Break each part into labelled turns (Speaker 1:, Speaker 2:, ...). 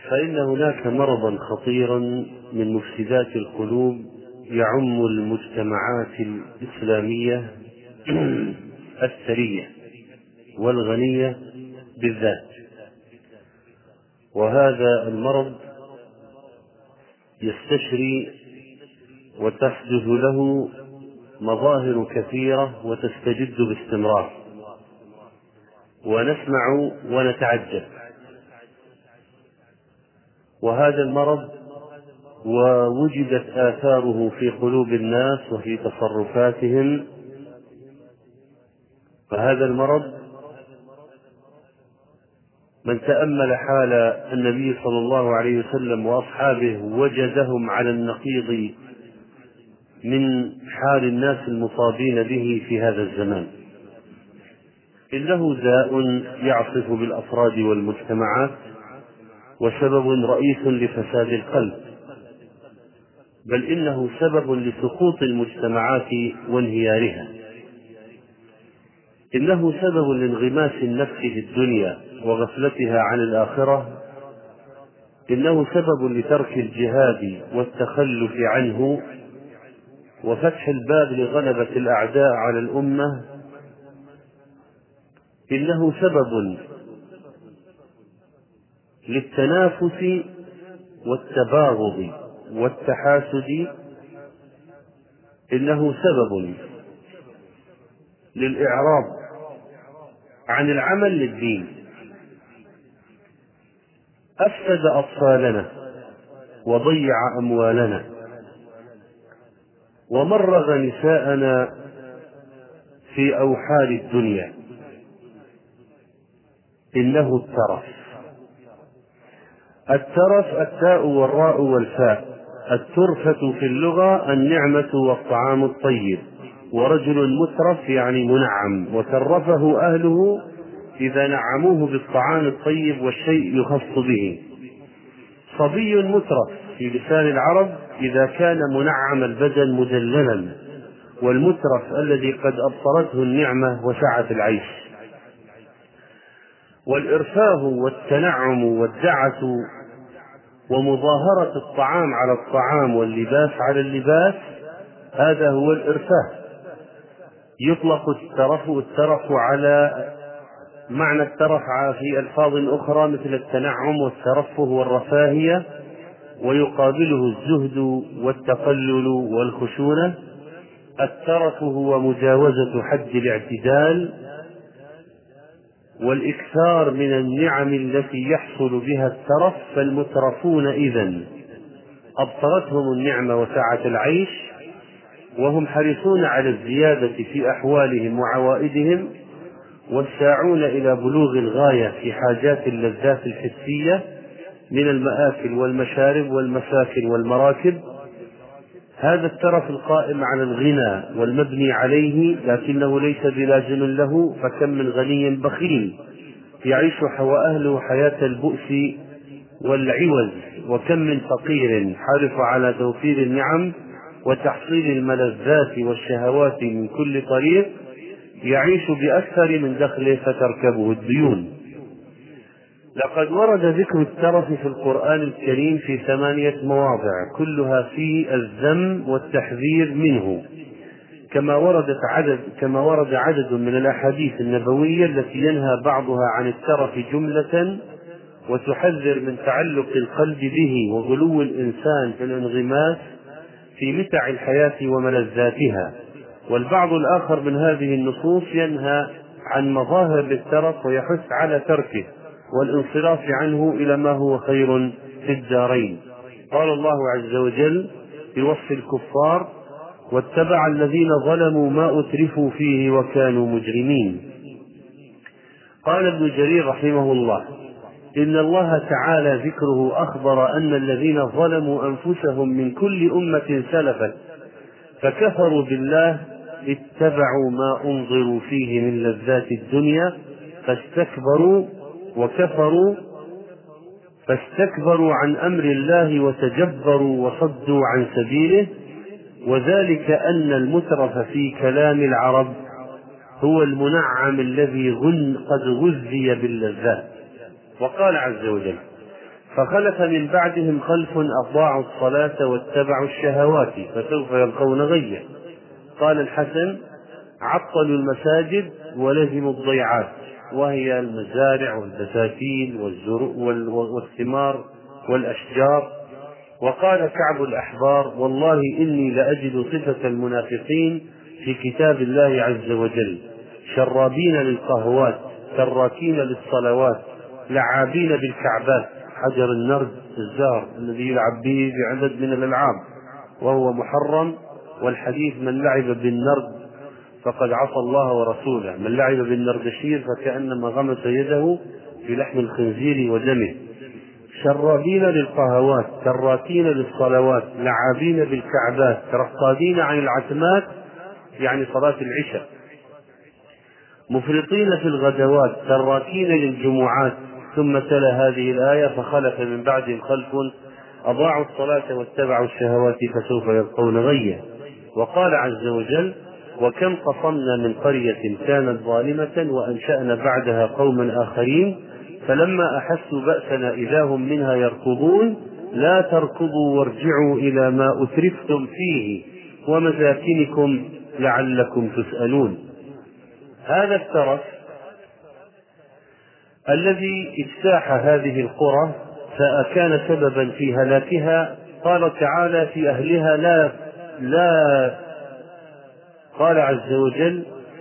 Speaker 1: فإن هناك مرضا خطيرا من مفسدات القلوب يعم المجتمعات الإسلامية الثرية والغنية بالذات، وهذا المرض يستشري وتحدث له مظاهر كثيرة وتستجد باستمرار، ونسمع ونتعجب. وهذا المرض ووجدت آثاره في قلوب الناس وفي تصرفاتهم، فهذا المرض من تأمل حال النبي صلى الله عليه وسلم وأصحابه وجدهم على النقيض من حال الناس المصابين به في هذا الزمان. إنه داء يعصف بالأفراد والمجتمعات، وسبب رئيس لفساد القلب، بل إنه سبب لسقوط المجتمعات وانهيارها. إنه سبب لانغماس النفس في الدنيا وغفلتها عن الآخرة. إنه سبب لترك الجهاد والتخلف عنه وفتح الباب لغلبة الأعداء على الأمة. إنه سبب للتنافس والتباغض والتحاسد. إنه سبب للإعراض عن العمل للدين. أفسد أطفالنا وضيع أموالنا ومرغ نساءنا في أوحال الدنيا. إنه الترف التاء والراء والفاء. الترفة في اللغة النعمة والطعام الطيب، ورجل مترف يعني منعم، وترفه أهله إذا نعموه بالطعام الطيب والشيء يخص به. صبي مترف في لسان العرب إذا كان منعم البدن مدللا، والمترف الذي قد أبصرته النعمة وسعة العيش. والإرفاه والتنعم والدعة ومظاهرة الطعام على الطعام واللباس على اللباس، هذا هو الإرفاه. يطلق الترف على معنى الترف في ألفاظ أخرى مثل التنعم والترفه والرفاهية، ويقابله الزهد والتقلل والخشونة. الترف هو مجاوزة حد الاعتدال والإكثار من النعم التي يحصل بها الترف. فالمترفون إذن أبصرتهم النعمة وسعة العيش، وهم حريصون على الزيادة في أحوالهم وعوائدهم، والساعون إلى بلوغ الغاية في حاجات اللذات الحسية من المآكل والمشارب والمساكن والمراكب. هذا الترف القائم على الغنى والمبني عليه، لكنه ليس بلازم له، فكم من غني بخيل يعيش وأهله حياة البؤس والعوز، وكم من فقير حرص على توفير النعم وتحصيل الملذات والشهوات من كل طريق، يعيش بأكثر من دخله فتركبه الديون. لقد ورد ذكر الترف في القرآن الكريم في 8 مواضع، كلها في الذم والتحذير منه، كما ورد عدد من الأحاديث النبوية التي ينهى بعضها عن الترف جملة وتحذر من تعلق القلب به وغلو الإنسان في الانغماس في متع الحياة وملذاتها. والبعض الآخر من هذه النصوص ينهى عن مظاهر للترف ويحث على تركه والانصراف عنه إلى ما هو خير في الدارين. قال الله عز وجل في وصف الكفار: واتبع الذين ظلموا ما أترفوا فيه وكانوا مجرمين. قال ابن جرير رحمه الله: إن الله تعالى ذكره أخبر أن الذين ظلموا أنفسهم من كل أمة سلفت فكفروا بالله اتبعوا ما أنظروا فيه من لذات الدنيا فاستكبروا عن أمر الله وتجبروا وصدوا عن سبيله. وذلك أن المترف في كلام العرب هو المنعم الذي قد غذي باللذات. وقال عز وجل: فخلف من بعدهم خلف أضاعوا الصلاة واتبعوا الشهوات فسوف يلقون غيا. قال الحسن: عطلوا المساجد ولزموا الضيعات، وهي المزارع والبساتين والثمار والأشجار. وقال كعب الأحبار: والله إني لأجد صفة المنافقين في كتاب الله عز وجل: شرابين للقهوات، تراكين للصلوات، لعابين بالكعبات، حجر النرد الزهر الذي يلعب به بعدد من الألعاب وهو محرم. والحديث: من لعب بالنرد فقد عصى الله ورسوله، من لعب بالنردشير فكأنما غمس يده في لحم الخنزير ودمه. شرابين للقهوات، تراكين للصلوات، لعابين بالكعبات، رقادين عن العتمات يعني صلاة العشاء، مفرطين في الغدوات، تراكين للجمعات. ثم تلا هذه الآية: فخلف من بعدهم خلف أضاعوا الصلاة واتبعوا الشهوات فسوف يلقون غيا. وقال عز وجل: وكم قصمنا من قرية كانت ظالمة وأنشأنا بعدها قوما آخرين فلما أحسوا بأسنا إذا هم منها يركضون لا تركضوا وارجعوا إلى ما أترفتم فيه ومساكنكم لعلكم تسألون. هذا الترف الذي اجتاح هذه القرى فكان سببا في هلاكها. قال تعالى في أهلها: لا قال عز وجل: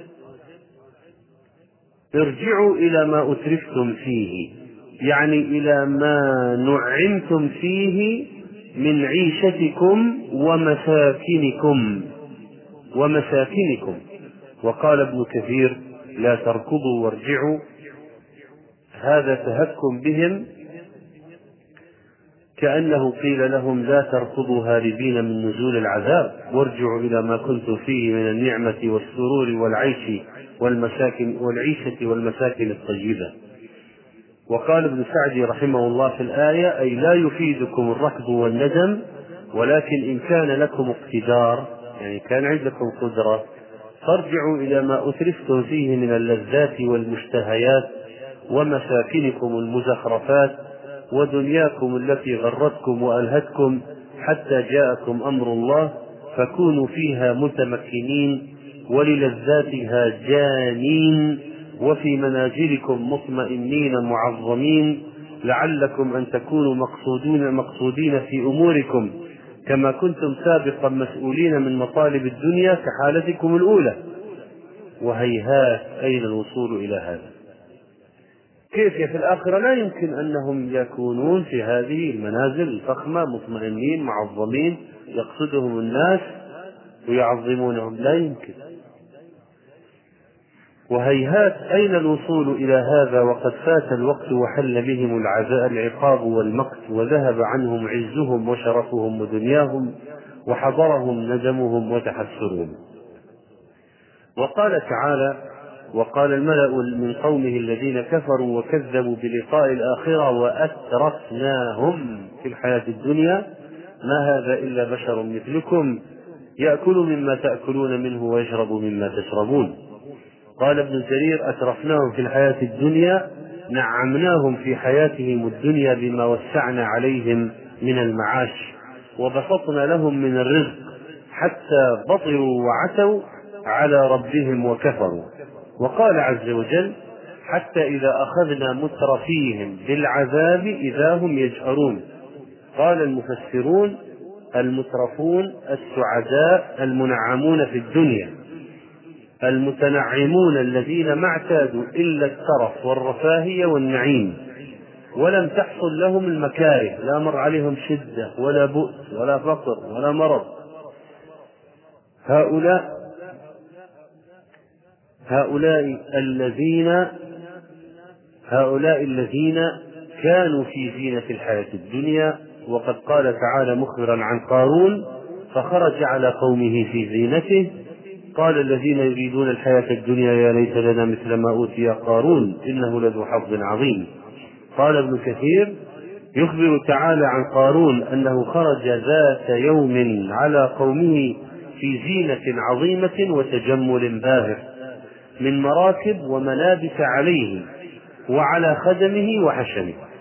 Speaker 1: ارجعوا إلى ما أترفتم فيه، يعني إلى ما نعمتم فيه من عيشتكم ومساكنكم. وقال ابن كثير: لا تركضوا وارجعوا، هذا تهكم بهم، كأنه قيل لهم: لا تركضوا هاربين من نزول العذاب، وارجعوا إلى ما كنتم فيه من النعمة والسرور والعيشة والمساكن الطيبة. وقال ابن سعدي رحمه الله في الآية: أي لا يفيدكم الركض والندم، ولكن إن كان لكم اقتدار، يعني كان عندكم قدرة، فارجعوا إلى ما أترفتم فيه من اللذات والمشتهيات ومساكنكم المزخرفات ودنياكم التي غرتكم وألهتكم حتى جاءكم أمر الله، فكونوا فيها متمكنين وللذاتها جانين، وفي منازلكم مطمئنين معظمين، لعلكم أن تكونوا مقصودين في أموركم كما كنتم سابقا مسؤولين من مطالب الدنيا كحالتكم الأولى. وهيهات أين الوصول إلى هذا؟ كيف في الآخرة لا يمكن أنهم يكونون في هذه المنازل الفخمة مطمئنين معظمين يقصدهم الناس ويعظمونهم؟ لا يمكن. وهيهات أين الوصول إلى هذا وقد فات الوقت وحل بهم العقاب والمقت، وذهب عنهم عزهم وشرفهم ودنياهم، وحضرهم ندمهم وتحسرهم. وقال تعالى: وقال الملأ من قومه الذين كفروا وكذبوا بلقاء الآخرة وأترفناهم في الحياة الدنيا ما هذا إلا بشر مثلكم يأكل مما تأكلون منه ويشرب مما تشربون. قال ابن جرير: أترفناهم في الحياة الدنيا، نعمناهم في حياتهم الدنيا بما وسعنا عليهم من المعاش وبسطنا لهم من الرزق حتى بطروا وعتوا على ربهم وكفروا. وقال عز وجل: حتى إذا أخذنا مترفيهم بالعذاب إذا هم يجأرون. قال المفسرون: المترفون السعداء المنعمون في الدنيا، المتنعمون الذين ما اعتادوا إلا الترف والرفاهية والنعيم ولم تحصل لهم المكاره، لا مر عليهم شدة ولا بؤس ولا فقر ولا مرض. هؤلاء الذين كانوا في زينة الحياة الدنيا. وقد قال تعالى مخبرا عن قارون: فخرج على قومه في زينته قال الذين يريدون الحياة الدنيا يا ليت لنا مثل ما أوتي قارون إنه لذو حظ عظيم. قال ابن كثير: يخبر تعالى عن قارون أنه خرج ذات يوم على قومه في زينة عظيمة وتجمل باهر من مراكب وملابس عليه وعلى خدمه وحشمه،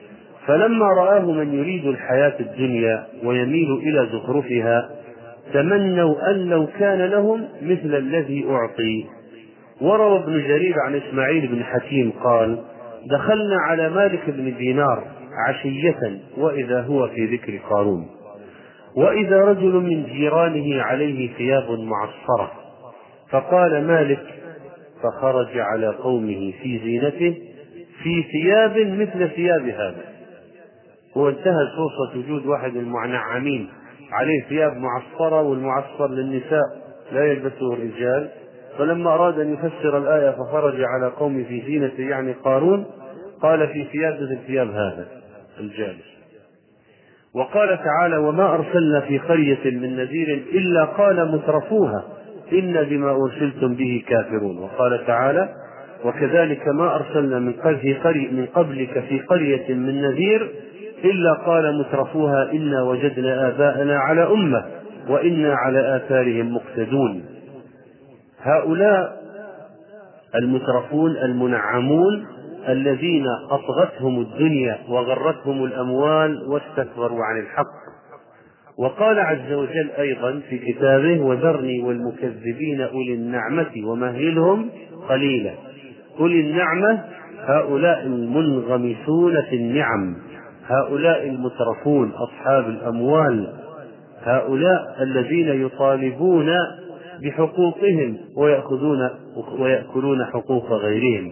Speaker 1: فلما رآه من يريد الحياة الدنيا ويميل إلى زخرفها تمنوا أن لو كان لهم مثل الذي أعطي. وروى ابن جرير عن إسماعيل بن حكيم قال: دخلنا على مالك بن دينار عشية وإذا هو في ذكر قارون، وإذا رجل من جيرانه عليه ثياب معصرة، فقال مالك فخرج على قومه في زينته في ثياب مثل ثياب هذا. هو انتهى فرصة وجود واحد المنعمين عليه ثياب معصرة، والمعصر للنساء لا يلبسه الرجال، فلما أراد أن يفسر الآية فخرج على قومه في زينته يعني قارون، قال في ثياب مثل ثياب هذا الجالس. وقال تعالى: وما أرسلنا في قرية من نذير إلا قال مترفوها إنا بما أرسلتم به كافرون. وقال تعالى: وكذلك ما أرسلنا من قبلك في قرية من نذير إلا قال مترفوها إنا وجدنا آباءنا على أمة وإنا على آثارهم مقتدون. هؤلاء المترفون المنعمون الذين أطغتهم الدنيا وغرتهم الأموال واستكبروا عن الحق. وقال عز وجل أيضا في كتابه: وذرني والمكذبين أولي النعمة ومهلهم قليلا. أولي النعمة هؤلاء المنغمسون في النعم، هؤلاء المترفون أصحاب الأموال، هؤلاء الذين يطالبون بحقوقهم ويأكلون حقوق غيرهم.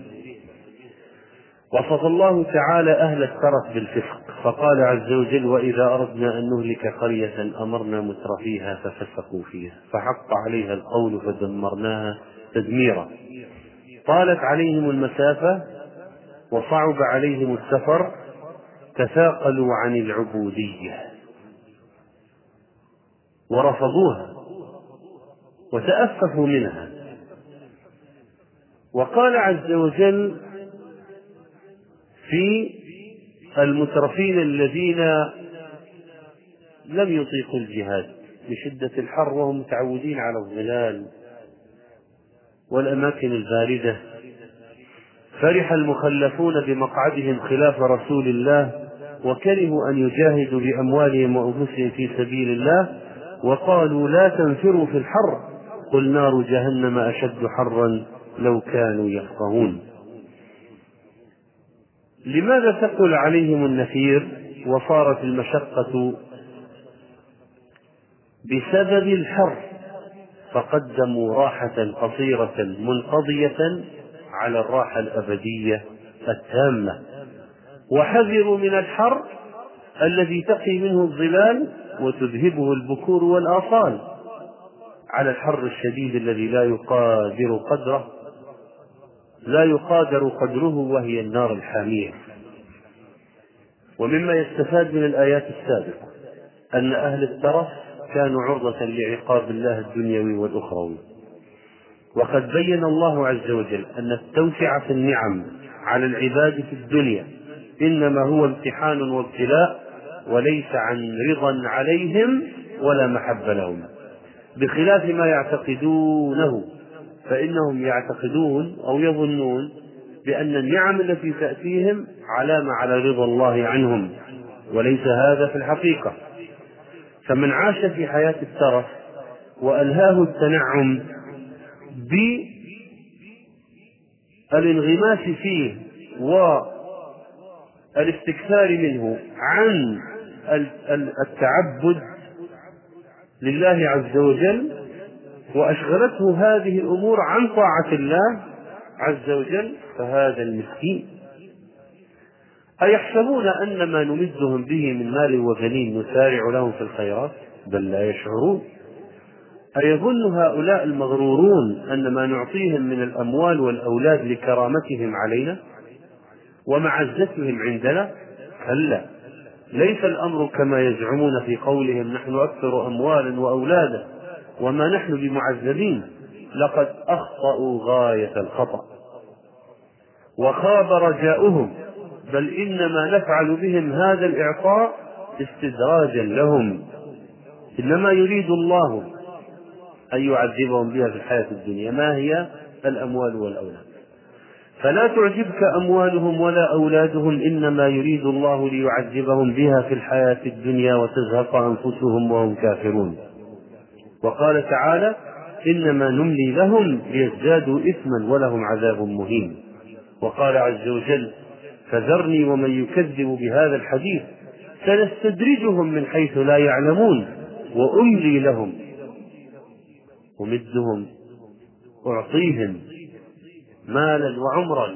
Speaker 1: وصف الله تعالى أهل الترف بالفسق فقال عز وجل: وإذا أردنا أن نهلك قرية أمرنا مترفيها ففسقوا فيها فحق عليها القول فدمرناها تدميرا. طالت عليهم المسافة وصعب عليهم السفر، تثاقلوا عن العبودية ورفضوها وتأففوا منها. وقال عز وجل في المترفين الذين لم يطيقوا الجهاد لشدة الحر وهم متعودين على الظلال والأماكن الباردة: فرح المخلفون بمقعدهم خلاف رسول الله وكرهوا أن يجاهدوا بأموالهم وأنفسهم في سبيل الله وقالوا لا تنفروا في الحر قل نار جهنم أشد حرا لو كانوا يفقهون. لماذا ثقل عليهم النفير وصارت المشقة بسبب الحر؟ فقدموا راحة قصيرة منقضية على الراحة الأبدية التامة، وحذروا من الحر الذي تقي منه الظلال وتذهبه البكور والآصال على الحر الشديد الذي لا يقادر قدره وهي النار الحامية. ومما يستفاد من الآيات السابقة أن أهل الترف كانوا عرضة لعقاب الله الدنيوي والأخروي. وقد بين الله عز وجل أن التوسع في النعم على العباد في الدنيا إنما هو امتحان وابتلاء وليس عن رضا عليهم ولا محبة لهم، بخلاف ما يعتقدونه، فإنهم يعتقدون أو يظنون بأن النعم التي تأتيهم علامة على رضا الله عنهم، وليس هذا في الحقيقة. فمن عاش في حياة الترف وألهاه التنعم بالانغماس فيه والاستكثار منه عن التعبد لله عز وجل، وأشغلته هذه الأمور عن طاعة الله عز وجل، فهذا المسكين. أيحسبون أن ما نمدهم به من مال وبنين نسارع لهم في الخيرات بل لا يشعرون. أيظن هؤلاء المغرورون أن ما نعطيهم من الأموال والأولاد لكرامتهم علينا ومعزتهم عندنا؟ كلا، ليس الأمر كما يزعمون في قولهم نحن أكثر أموالا وأولادا وما نحن بمعذبين، لقد أخطأوا غاية الخطأ وخاب رجاؤهم، بل إنما نفعل بهم هذا الإعطاء استدراجا لهم، إنما يريد الله أن يعذبهم بها في الحياة الدنيا. ما هي الأموال والأولاد؟ فلا تعجبك أموالهم ولا أولادهم، إنما يريد الله ليعذبهم بها في الحياة الدنيا وتزهق أنفسهم وهم كافرون. وقال تعالى: إنما نملي لهم ليزدادوا إثما ولهم عذاب مهين. وقال عز وجل: فذرني ومن يكذب بهذا الحديث سنستدرجهم من حيث لا يعلمون وأملي لهم أمدهم أعطيهم مالا وعمرا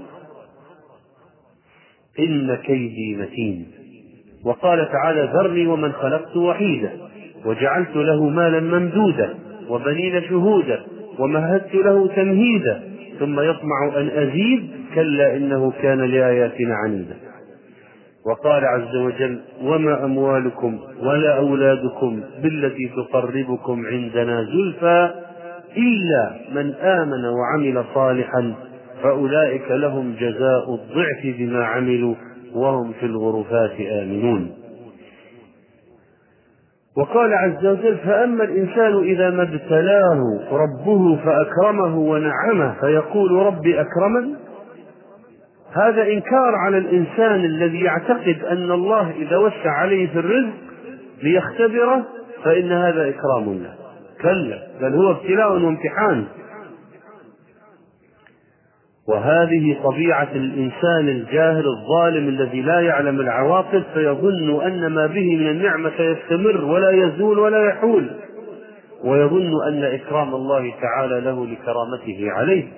Speaker 1: إن كيدي متين. وقال تعالى: ذرني ومن خلقت وحيدا وجعلت له مالا ممدودا وبنين شهودا ومهدت له تمهيدا ثم يطمع أن أزيد كلا إنه كان لآياتنا عنيدا. وقال عز وجل: وما أموالكم ولا أولادكم بالتي تقربكم عندنا زلفى إلا من آمن وعمل صالحا فأولئك لهم جزاء الضعف بما عملوا وهم في الغرفات آمنون. وقال عز وجل: فأما الإنسان إذا ما ابتلاه ربه فأكرمه ونعمه فيقول ربي أكرمن. هذا إنكار على الإنسان الذي يعتقد أن الله إذا وسع عليه في الرزق ليختبره فإن هذا إكرام له. كلا، بل هو ابتلاء وامتحان. وهذه طبيعة الإنسان الجاهل الظالم الذي لا يعلم العواقب، فيظن أن ما به من النعمة سيستمر ولا يزول ولا يحول، ويظن أن إكرام الله تعالى له لكرامته عليه.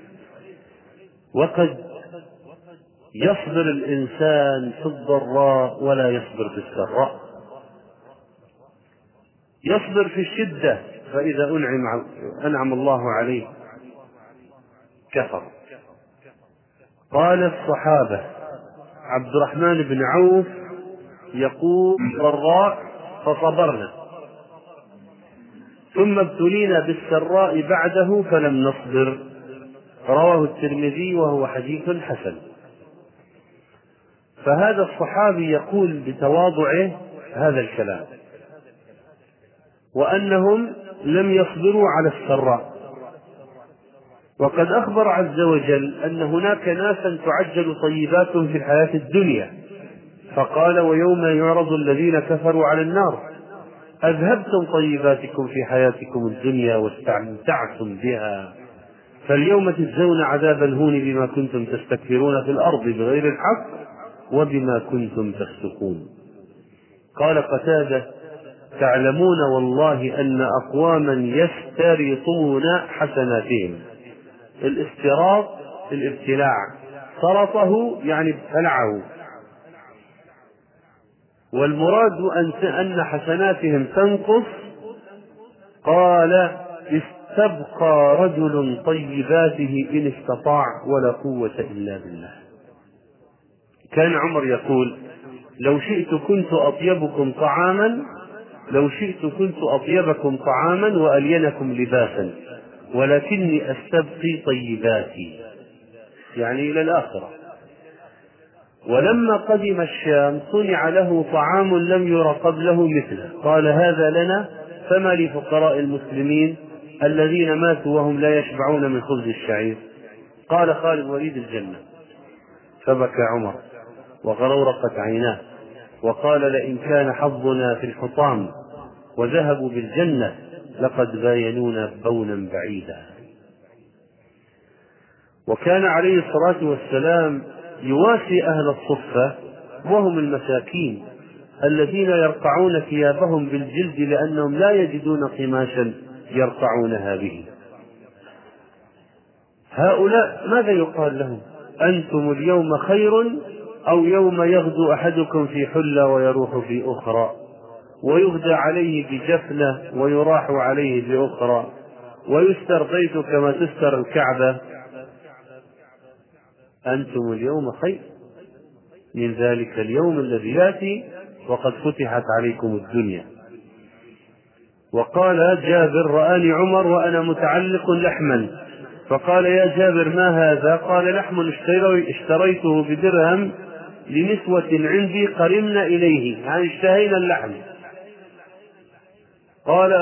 Speaker 1: وقد يصبر الإنسان في الضراء ولا يصبر في السراء، يصبر في الشدة فإذا أنعم الله عليه كفر. قال الصحابة عبد الرحمن بن عوف يقول: ضراء فصبرنا ثم ابتلينا بالسراء بعده فلم نصبر. رواه الترمذي وهو حديث حسن. فهذا الصحابي يقول بتواضعه هذا الكلام، وأنهم لم يصبروا على السراء. وقد أخبر عز وجل أن هناك ناسا تعجل طيباتهم في الحياة الدنيا، فقال: ويوم يعرض الذين كفروا على النار أذهبتم طيباتكم في حياتكم الدنيا واستمتعتم بها فاليوم تجزون عذاب الهون بما كنتم تستكبرون في الأرض بغير الحق وبما كنتم تفسقون. قال قتادة: تعلمون والله أن أقواما يسترطون حسناتهم. الاستراط الابتلاع، سرطه يعني ابتلعه، والمراد أن حسناتهم تنقص. قال: استبقى رجل طيباته إن استطاع ولا قوة إلا بالله. كان عمر يقول: لو شئت كنت أطيبكم طعاما وألينكم لباسا ولكني أستبقي طيباتي، يعني إلى الآخرة. ولما قدم الشام صنع له طعام لم ير قبله مثله، قال: هذا لنا فما لفقراء المسلمين الذين ماتوا وهم لا يشبعون من خبز الشعير. قال خالد: وليد الجنة. فبكى عمر وغرورقت عيناه وقال: لئن كان حظنا في الحطام وذهبوا بالجنة لقد باينونا بونا بعيدا. وكان عليه الصلاة والسلام يواسي أهل الصفة وهم المساكين الذين يرقعون ثيابهم بالجلد لأنهم لا يجدون قماشا يرقعونها به. هؤلاء ماذا يقال لهم؟ أنتم اليوم خير، أو يوم يغدو أحدكم في حلة ويروح في أخرى، ويغدى عليه بجفنة ويراح عليه بأخرى، ويستر بيته كما تستر الكعبة. أنتم اليوم خير من ذلك اليوم الذي يأتي وقد فتحت عليكم الدنيا. وقال جابر: رآني عمر وأنا متعلق لحما، فقال: يا جابر ما هذا؟ قال: لحم اشتريته بدرهم لنسوة عندي قرمنا إليه، يعني اشتهينا اللحم. قال: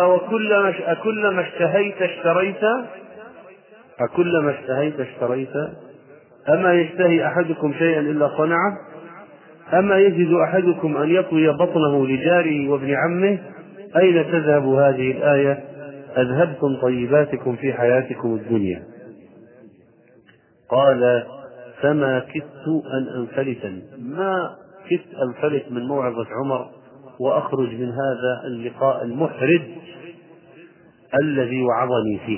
Speaker 1: أكلما اشتهيت اشتريت؟ أما يشتهي أحدكم شيئا إلا صنعه؟ أما يجد أحدكم أن يطوي بطنه لجاره وابن عمه؟ أين تذهب هذه الآية؟ أذهبتم طيباتكم في حياتكم الدنيا. قال فما كدت أن أنفلت، ما كدت أنفلت من موعظة عمر وأخرج من هذا اللقاء المحرج الذي وعظني فيه.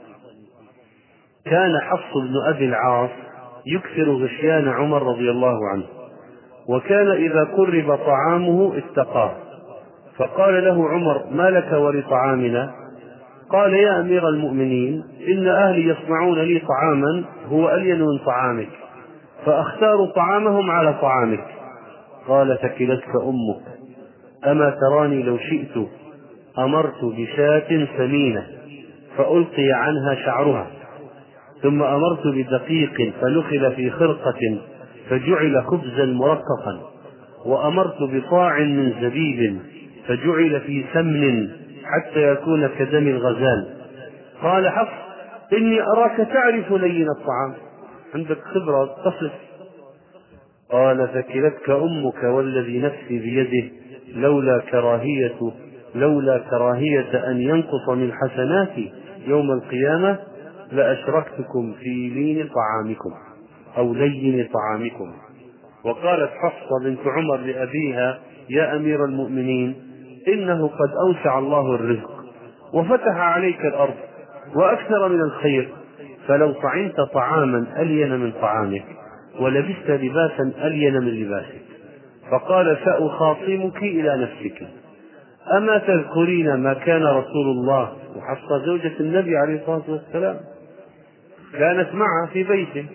Speaker 1: كان حفص بن أبي العاص يكثر غشيان عمر رضي الله عنه، وكان إذا قرب طعامه اتقاه، فقال له عمر ما لك ولطعامنا؟ قال يا أمير المؤمنين إن أهلي يصنعون لي طعاما هو ألين من طعامك، فأختار طعامهم على طعامك. قال ثكلتك أمك، أما تراني لو شئت أمرت بشاة ثمينة فألقي عنها شعرها، ثم أمرت بدقيق فنخل في خرقة فجعل خبزا مرققا، وأمرت بصاع من زبيب فجعل في سمن حتى يكون كدم الغزال. قال حفص إني أراك تعرف لين الطعام، عندك خبرة تصف. قال ثكلتك أمك والذي نفسي بيده لولا كراهية أن ينقص من حسناتي يوم القيامة لأشركتكم في لين طعامكم أو لين طعامكم. وقالت حفصة بنت عمر لأبيها يا أمير المؤمنين إنه قد أوسع الله الرزق وفتح عليك الأرض وأكثر من الخير، فلو طعمت طعاما ألين من طعامك ولبست لباسا ألين من لباسك. فقال سأخاصمك إلى نفسك، أما تذكرين ما كان رسول الله، وحفصة زوجة النبي عليه الصلاة والسلام كانت معه في بيته،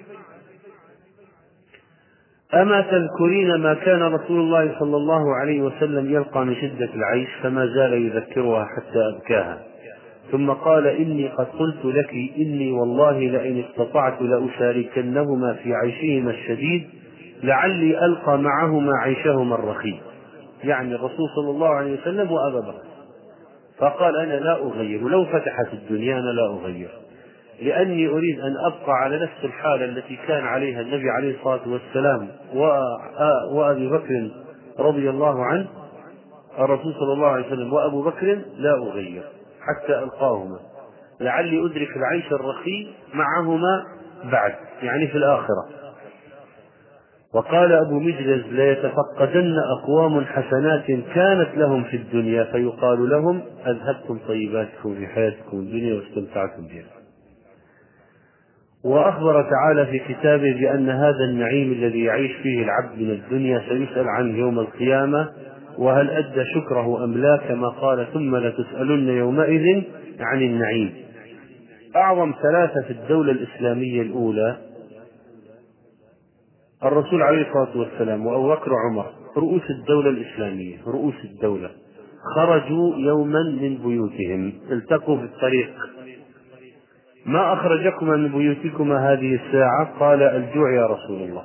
Speaker 1: أما تذكرين ما كان رسول الله صلى الله عليه وسلم يلقى من شدة العيش فما زال يذكرها حتى أبكاها. ثم قال إني قد قلت لك إني والله لئن استطعت لأشاركنهما في عيشهما الشديد لعلي ألقى معهما عيشهما الرخيص، يعني الرسول صلى الله عليه وسلم وأبا بكر. فقال أنا لا أغير، لو فتحت الدنيا أنا لا أغير، لأني أريد أن أبقى على نفس الحالة التي كان عليها النبي عليه الصلاة والسلام وأبي بكر رضي الله عنه، الرسول صلى الله عليه وسلم وأبو بكر لا أغير حتى ألقاهما، لعلي أدرك العيش الرخي معهما بعد، يعني في الآخرة. وقال أبو مجلس ليتفقدن أقوام حسنات كانت لهم في الدنيا فيقال لهم أذهبتم طيباتكم في حياتكم الدنيا واستمتعتم بها. وأخبر تعالى في كتابه بأن هذا النعيم الذي يعيش فيه العبد من الدنيا سيسأل عنه يوم القيامة، وهل أدى شكره أم لا، كما قال ثم لتسألن يومئذ عن النعيم. أعظم ثلاثة في الدولة الإسلامية الأولى الرسول عليه الصلاة والسلام وأبو بكر وعمر، رؤوس الدولة الإسلامية، رؤوس الدولة، خرجوا يوما من بيوتهم، التقوا في الطريق، ما أخرجكما من بيوتكما هذه الساعة؟ قال الجوع يا رسول الله.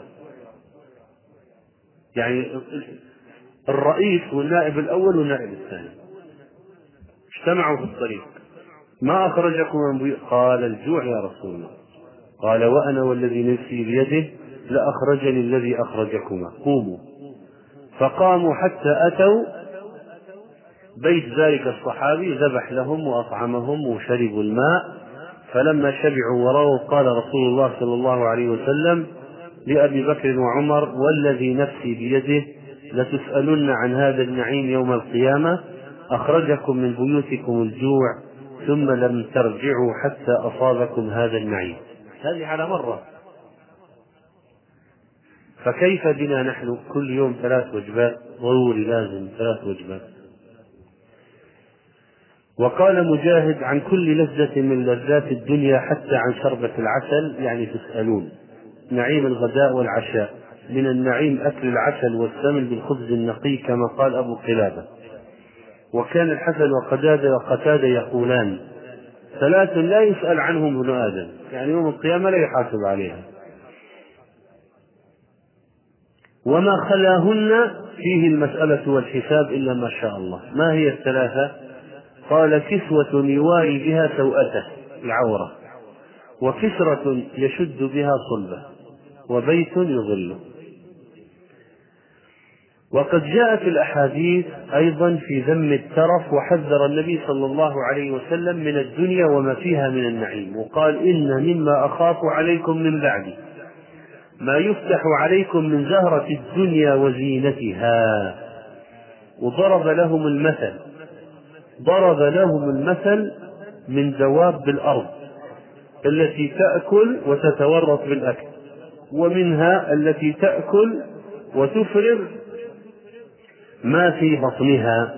Speaker 1: يعني الرئيس والنائب الأول والنائب الثاني اجتمعوا في الطريق، ما أخرجكما من بيوتكما؟ قال الجوع يا رسول الله. قال وأنا والذي نفسي بيده لأخرجني الذي أخرجكما، قوموا. فقاموا حتى أتوا بيت ذلك الصحابي، ذبح لهم وأطعمهم وشربوا الماء. فلما شبعوا ورووا قال رسول الله صلى الله عليه وسلم لأبي بكر وعمر والذي نفسي بيده لتسألن عن هذا النعيم يوم القيامة، أخرجكم من بيوتكم الجوع ثم لم ترجعوا حتى أصابكم هذا النعيم. هذه على مرة، فكيف بنا نحن كل يوم 3 وجبات، ضروري لازم 3 وجبات. وقال مجاهد عن كل لذة من لذات الدنيا حتى عن شربة العسل، يعني تسألون. نعيم الغداء والعشاء، من النعيم أكل العسل والسمن بالخبز النقي كما قال أبو قلابة. وكان الحسن وقتادة يقولان 3 لا يسأل عنهم ابن آدم، يعني يوم القيامة لا يحاسب عليها. وما خلاهن فيه المسألة والحساب إلا ما شاء الله. ما هي ال3؟ قال كسوة يواري بها سوءته العورة، وكسرة يشد بها صلبه، وبيت يظله. وقد جاءت الأحاديث أيضا في ذم الترف، وحذر النبي صلى الله عليه وسلم من الدنيا وما فيها من النعيم، وقال: إن مما أخاف عليكم من بعدي ما يفتح عليكم من زهرة الدنيا وزينتها. وضرب لهم المثل من دواب الأرض التي تأكل وتتورط بالأكل، ومنها التي تأكل وتفرغ ما في بطنها،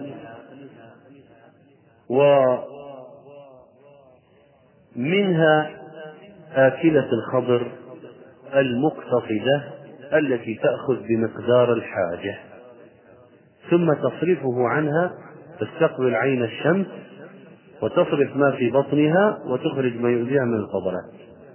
Speaker 1: ومنها آكلة الخضر المقتصدة التي تأخذ بمقدار الحاجة ثم تصرفه عنها، تستقبل عين الشمس وتصرف ما في بطنها وتخرج ما يؤذيها من الفضلات.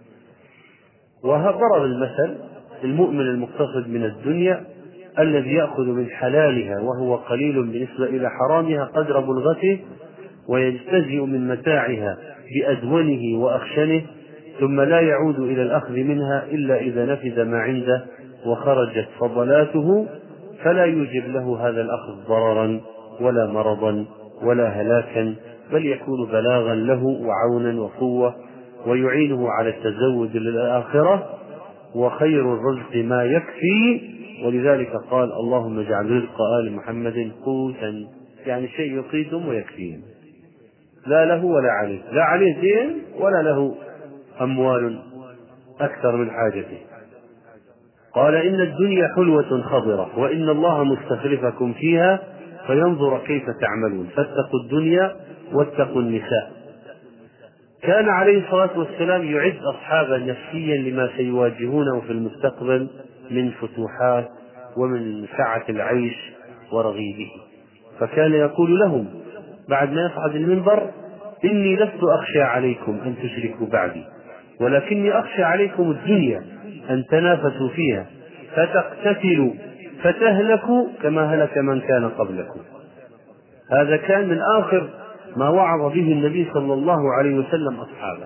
Speaker 1: وضرب المثل المؤمن المقتصد من الدنيا الذي يأخذ من حلالها وهو قليل بالنسبة إلى حرامها قدر بلغته، ويجتزئ من متاعها بأدونه وأخشنه، ثم لا يعود إلى الأخذ منها إلا إذا نفذ ما عنده وخرجت فضلاته، فلا يوجب له هذا الأخذ ضررا ولا مرضا ولا هلاكا، بل يكون بلاغا له وعونا وقوة، ويعينه على التزود للآخرة، وخير الرزق ما يكفي. ولذلك قال: اللهم اجعل رزق آل محمد قوتا، يعني شيء يقيتهم ويكفيهم، لا له ولا عليه، لا عليه دين ولا له أموال أكثر من حاجته. قال: إن الدنيا حلوة خضرة، وإن الله مستخلفكم فيها فينظر كيف تعملون، فاتقوا الدنيا واتقوا النساء. كان عليه الصلاة والسلام يعد أصحابه نفسيا لما سيواجهونه في المستقبل من فتوحات ومن سعة العيش ورغيده، فكان يقول لهم بعد ما يصعد المنبر: إني لست أخشى عليكم أن تشركوا بعدي، ولكني أخشى عليكم الدنيا أن تنافسوا فيها فتقتتلوا فتهلكوا كما هلك من كان قبلكم. هذا كان من آخر ما وعظ به النبي صلى الله عليه وسلم أصحابه.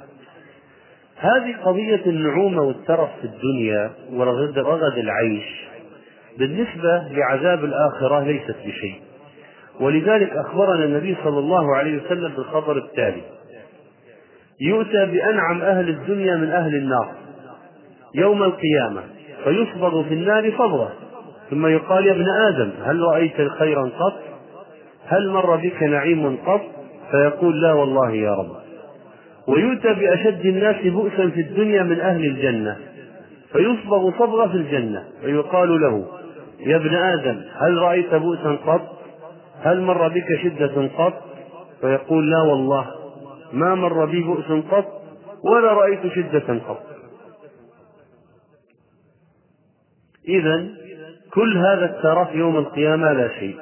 Speaker 1: هذه قضية النعومة والترف في الدنيا ورغد العيش بالنسبة لعذاب الآخرة ليست بشيء، ولذلك أخبرنا النبي صلى الله عليه وسلم بالخبر التالي: يؤتى بأنعم أهل الدنيا من أهل النار يوم القيامة فيصبغ في النار صبغة، ثم يقال: يا ابن آدم هل رأيت خيرا قط؟ هل مر بك نعيم قط؟ فيقول: لا والله يا رب. ويؤتى بأشد الناس بؤسا في الدنيا من أهل الجنة فيصبغ صبغة في الجنة، فيقال له: يا ابن آدم هل رأيت بؤسا قط؟ هل مر بك شدة قط؟ فيقول: لا والله ما مر بي بؤس قط ولا رأيت شدة قط. إذن كل هذا الترف يوم القيامة لا شيء.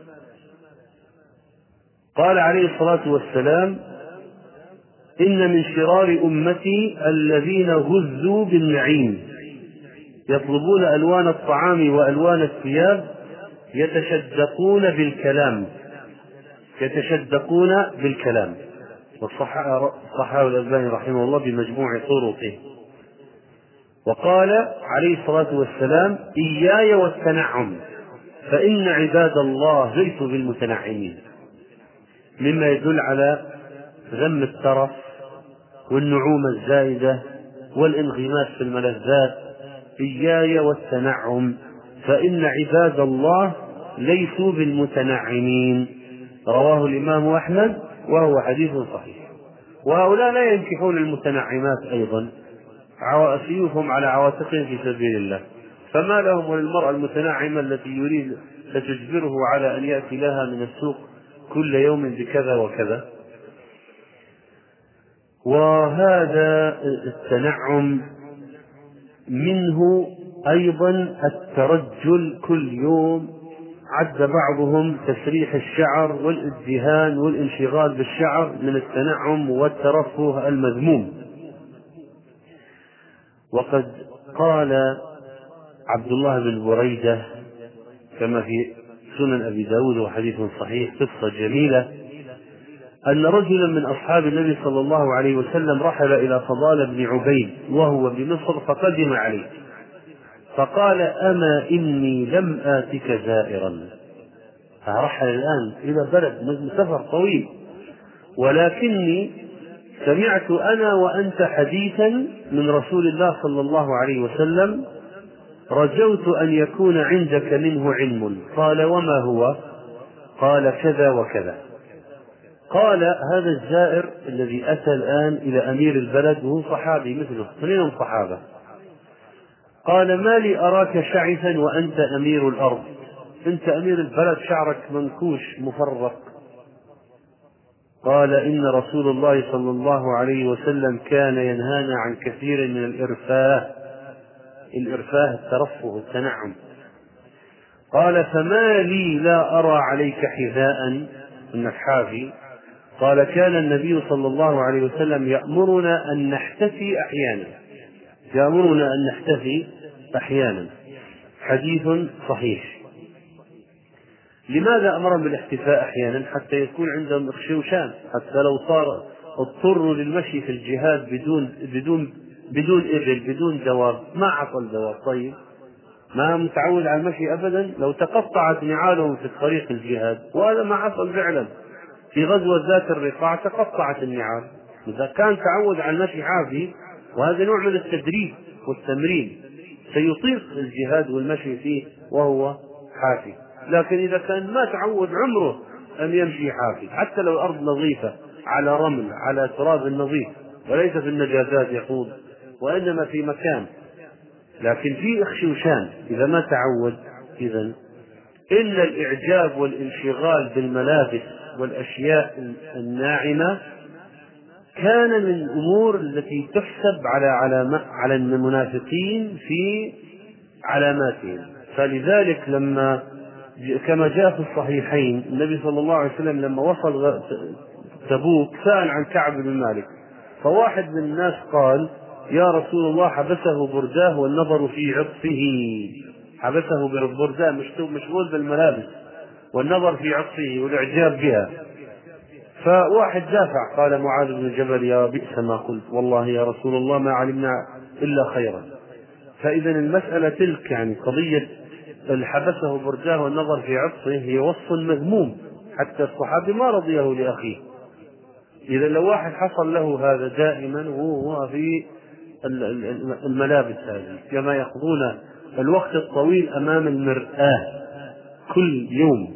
Speaker 1: قال عليه الصلاة والسلام: إن من شرار أمتي الذين غزوا بالنعيم يطلبون ألوان الطعام وألوان الثياب يتشدقون بالكلام. والصحابة الألباني رحمه الله بمجموع طرقه. وقال عليه الصلاة والسلام: إياي والتنعم فإن عباد الله ليسوا بالمتنعمين، مما يدل على ذم الترف والنعومة الزائدة والانغماس في الملذات. إياي والتنعم فإن عباد الله ليسوا بالمتنعمين. رواه الإمام أحمد وهو حديث صحيح. وهؤلاء لا ينكحون المتنعمات أيضا، سيوفهم على عواتقهم في سبيل الله، فما لهم وللمرأة المتنعمة التي يريد فتجبره على أن يأتي لها من السوق كل يوم بكذا وكذا. وهذا التنعم منه أيضا الترجل كل يوم. عد بعضهم تسريح الشعر والازدهان والانشغال بالشعر من التنعم والترفه المذموم. وقد قال عبد الله بن بريدة كما في سنن أبي داود وحديث صحيح قصة جميلة، أن رجلا من أصحاب النبي صلى الله عليه وسلم رحل إلى فضال بن عبيد وهو بمصر فقدم عليه، فقال: أما إني لم آتك زائرا، فرحل الآن إلى بلد سفر طويل، ولكني سمعت أنا وأنت حديثا من رسول الله صلى الله عليه وسلم رجوت أن يكون عندك منه علم. قال: وما هو؟ قال: كذا وكذا. قال: هذا الزائر الذي أتى الآن إلى أمير البلد وهو صحابي مثله، كلهم صحابة، قال: ما لي أراك شعثا وأنت أمير الأرض، أنت أمير البلد شعرك منكوش مفرق. قال: إن رسول الله صلى الله عليه وسلم كان ينهانا عن كثير من الإرفاه الترفه التنعم. قال: فما لي لا أرى عليك حذاء، إنك حافي. قال: كان النبي صلى الله عليه وسلم يأمرنا أن نحتفي أحيانا. حديث صحيح. لماذا أمرهم بالاحتفاء أحيانا؟ حتى يكون عندهم اخشوشان، حتى لو صار اضطروا للمشي في الجهاد بدون إبل بدون دواب، ما عطل دواب، طيب ما متعود على المشي أبدا، لو تقطعت نعالهم في طريق الجهاد، وهذا ما حصل فعلا في غزوة ذات الرقاع، تقطعت النعال. إذا كان تعود على المشي حافي، وهذا نوع من التدريب والتمرين، سيطيق الجهاد والمشي فيه وهو حافي. لكن إذا كان ما تعود عمره أن يمشي حافي، حتى لو الأرض نظيفة على رمل على تراب نظيف، وليس في النجازات يخوض، وإنما في مكان لكن فيه اخشوشان، إذا ما تعود. إذن إن الإعجاب والانشغال بالملابس والأشياء الناعمة كان من الأمور التي تحسب على المنافقين في علاماتهم. فلذلك كما جاء في الصحيحين، النبي صلى الله عليه وسلم لما وصل تبوك سأل عن كعب بن مالك، فواحد من الناس قال: يا رسول الله، حبسه برداه والنظر في عطفه. حبسه برداه، مشغول بالملابس والنظر في عطفه والإعجاب بها. فواحد دافع، قال معاذ بن جبل: يا بئس ما قلت، والله يا رسول الله ما علمنا إلا خيرا. فإذا المسألة تلك، يعني قضية حبسه برداه والنظر في عطفه هي وصف مذموم، حتى الصحابي ما رضيه لأخيه. إذا لو واحد حصل له هذا دائما وهو في الملابس هذه، كما يقضون الوقت الطويل أمام المرآة كل يوم.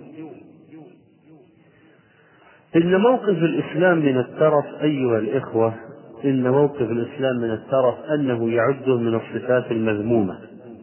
Speaker 1: إن موقف الإسلام من الترف أيها الإخوة، إن موقف الإسلام من الترف أنه يعده من الصفات المذمومة.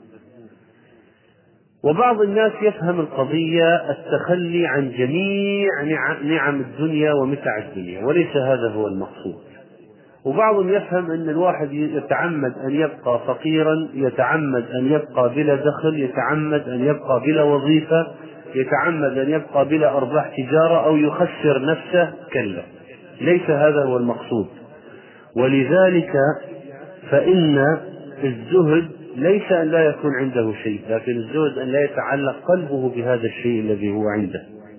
Speaker 1: وبعض الناس يفهم القضية التخلي عن جميع نعم الدنيا ومتع الدنيا، وليس هذا هو المقصود. وبعضهم يفهم أن الواحد يتعمد أن يبقى فقيرا، يتعمد أن يبقى بلا دخل، يتعمد أن يبقى بلا وظيفة، يتعمد أن يبقى بلا أرباح تجارة، أو يخسر نفسه. كلا، ليس هذا هو المقصود. ولذلك فإن الزهد ليس أن لا يكون عنده شيء، لكن الزهد أن لا يتعلق قلبه بهذا الشيء الذي هو عنده.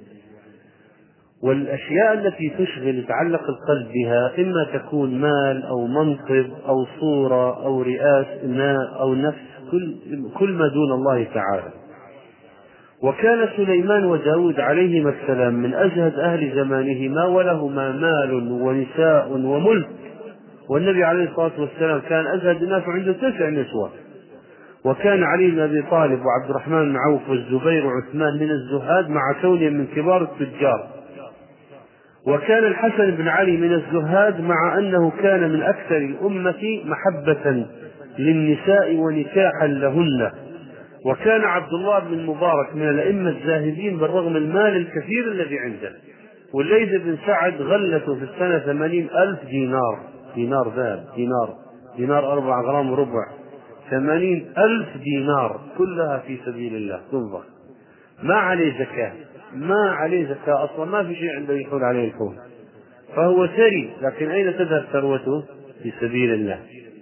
Speaker 1: والأشياء التي يتعلق القلب بها إما تكون مال أو منصب أو صورة أو رئاسة أو نفس، كل ما دون الله تعالى. وكان سليمان وداود عليهما السلام من أزهد أهل زمانهما، ولهما مال ونساء وملك، والنبي عليه الصلاة والسلام كان أزهد الناس عنده 9 نسوة. وكان علي بن أبي طالب وعبد الرحمن بن عوف والزبير وعثمان من الزهاد مع كونهم من كبار التجار. وكان الحسن بن علي من الزهاد مع أنه كان من أكثر الأمة محبة للنساء ونكاحا لهن. وكان عبد الله بن المبارك من الأئمة الزاهدين بالرغم المال الكثير الذي عنده. والليث بن سعد غلته في السنة 80,000 دينار ذهب، دينار 4 غرام وربع، 80,000 دينار كلها في سبيل الله. تنظر ما عليه زكاة أصلا، ما في شيء عنده يحول عليه الحول، فهو ثري، لكن أين تذهب ثروته؟ في سبيل الله.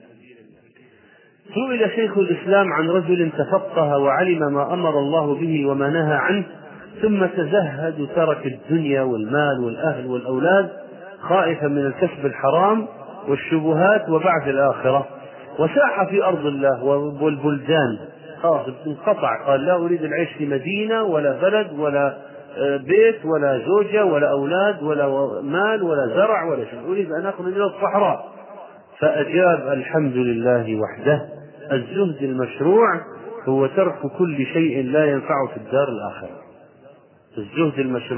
Speaker 1: سئل شيخ الإسلام عن رجل تفقه وعلم ما أمر الله به وما نهى عنه، ثم تزهد وترك الدنيا والمال والأهل والأولاد خائفا من الكسب الحرام والشبهات وبعث الآخرة، وساح في أرض الله والبلدان خلاص انقطع، قال لا أريد العيش في مدينة ولا بلد ولا بيت ولا زوجة ولا أولاد ولا مال ولا زرع ولا شيء، أريد أن أخرج إلى الصحراء. فأجاب الحمد لله وحده. الزهد المشروع هو ترك كل شيء لا ينفع في الدار الآخرة. الزهد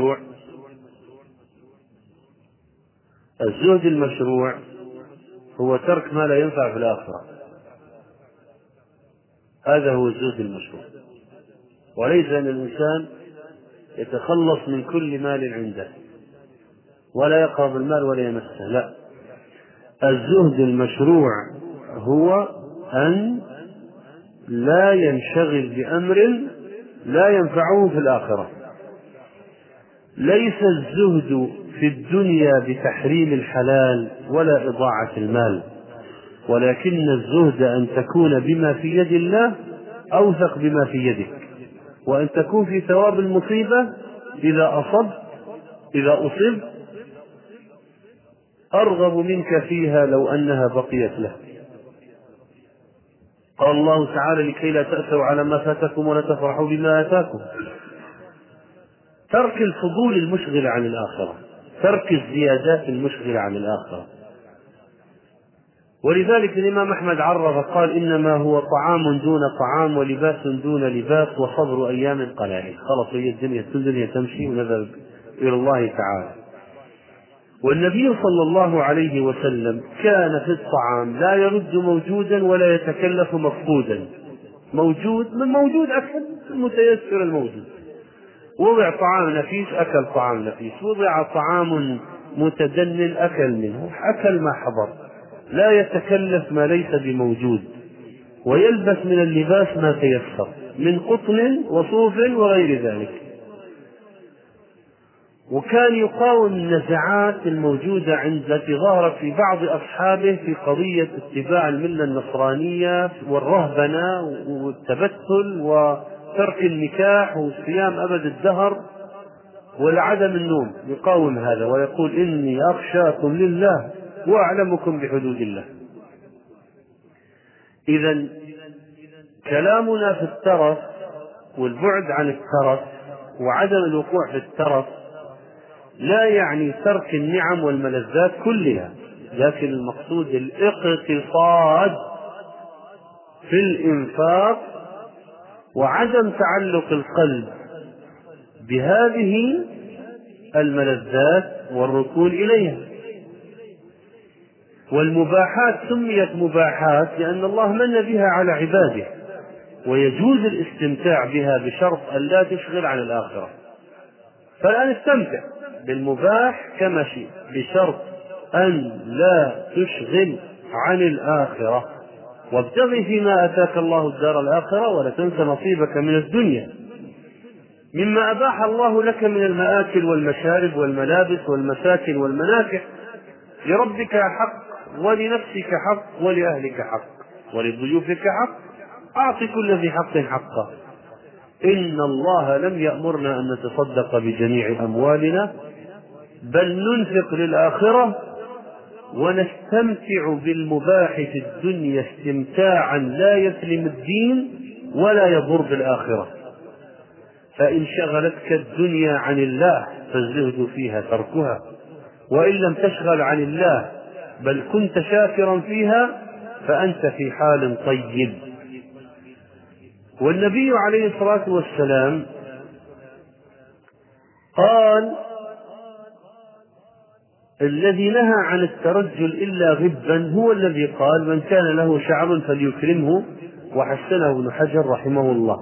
Speaker 1: المشروع هو ترك ما لا ينفع في الآخرة، هذا هو الزهد المشروع، وليس أن الإنسان يتخلص من كل مال عنده ولا يقرب المال ولا يمسه، لا. الزهد المشروع هو أن لا ينشغل بأمر لا ينفعه في الآخرة. ليس الزهد في الدنيا بتحريم الحلال ولا إضاعة المال، ولكن الزهد أن تكون بما في يد الله أوثق بما في يدك، وأن تكون في ثواب المصيبة إذا أصبت أرغب منك فيها لو أنها بقيت له. قال الله تعالى: لكي لا تأسوا على ما فاتكم ولا تفرحوا بما آتاكم. ترك الفضول المشغل عن الآخرة، ترك الزيادات المشغلة عن الآخرة. ولذلك الإمام أحمد عرف قال: إنما هو طعام دون طعام ولباس دون لباس وصبر أيام قلائل. خلاص هي الدنيا تمشي ونذهب إلى الله تعالى. والنبي صلى الله عليه وسلم كان في الطعام لا يرد موجودا ولا يتكلف مفقودا. موجود أكل المتيسر الموجود، وضع طعام نفيس أكل طعام نفيس، وضع طعام متدنن أكل منه، أكل ما حضر، لا يتكلف ما ليس بموجود، ويلبس من اللباس ما تيسر من قطن وصوف وغير ذلك. وكان يقاوم النزعات الموجودة التي ظهرت في بعض أصحابه في قضية اتباع الملة النصرانية والرهبنة والتبتل وترك النكاح والصيام أبد الدهر والعدم النوم. يقاوم هذا ويقول: إني أخشاكم لله وأعلمكم بحدود الله. إذن كلامنا في الترف والبعد عن الترف وعدم الوقوع في الترف لا يعني ترك النعم والملذات كلها، لكن المقصود الاقتصاد في الإنفاق وعدم تعلق القلب بهذه الملذات والركون إليها. والمباحات سميت مباحات لأن الله من بها على عباده، ويجوز الاستمتاع بها بشرط أن لا تشغل عن الآخرة. فالآن استمتع بالمباح كما شئت بشرط أن لا تشغل عن الآخرة، وابتغي فيما أتاك الله الدار الآخرة ولا تنس نصيبك من الدنيا. مما أباح الله لك من المآكل والمشارب والملابس والمساكن والمنافع، لربك حق ولنفسك حق ولأهلك حق ولضيوفك حق، أعط كل ذي حق حقه. إن الله لم يأمرنا أن نتصدق بجميع أموالنا، بل ننفق للآخرة ونستمتع بالمباح في الدنيا استمتاعا لا يسلم الدين ولا يضر بالآخرة. فإن شغلتك الدنيا عن الله فالزهد فيها تركها، وإن لم تشغل عن الله بل كنت شاكرا فيها فأنت في حال طيب. والنبي عليه الصلاة والسلام قال: الذي نهى عن الترجل إلا غبا هو الذي قال: من كان له شعر فليكرمه، وحسنه ابن حجر رحمه الله.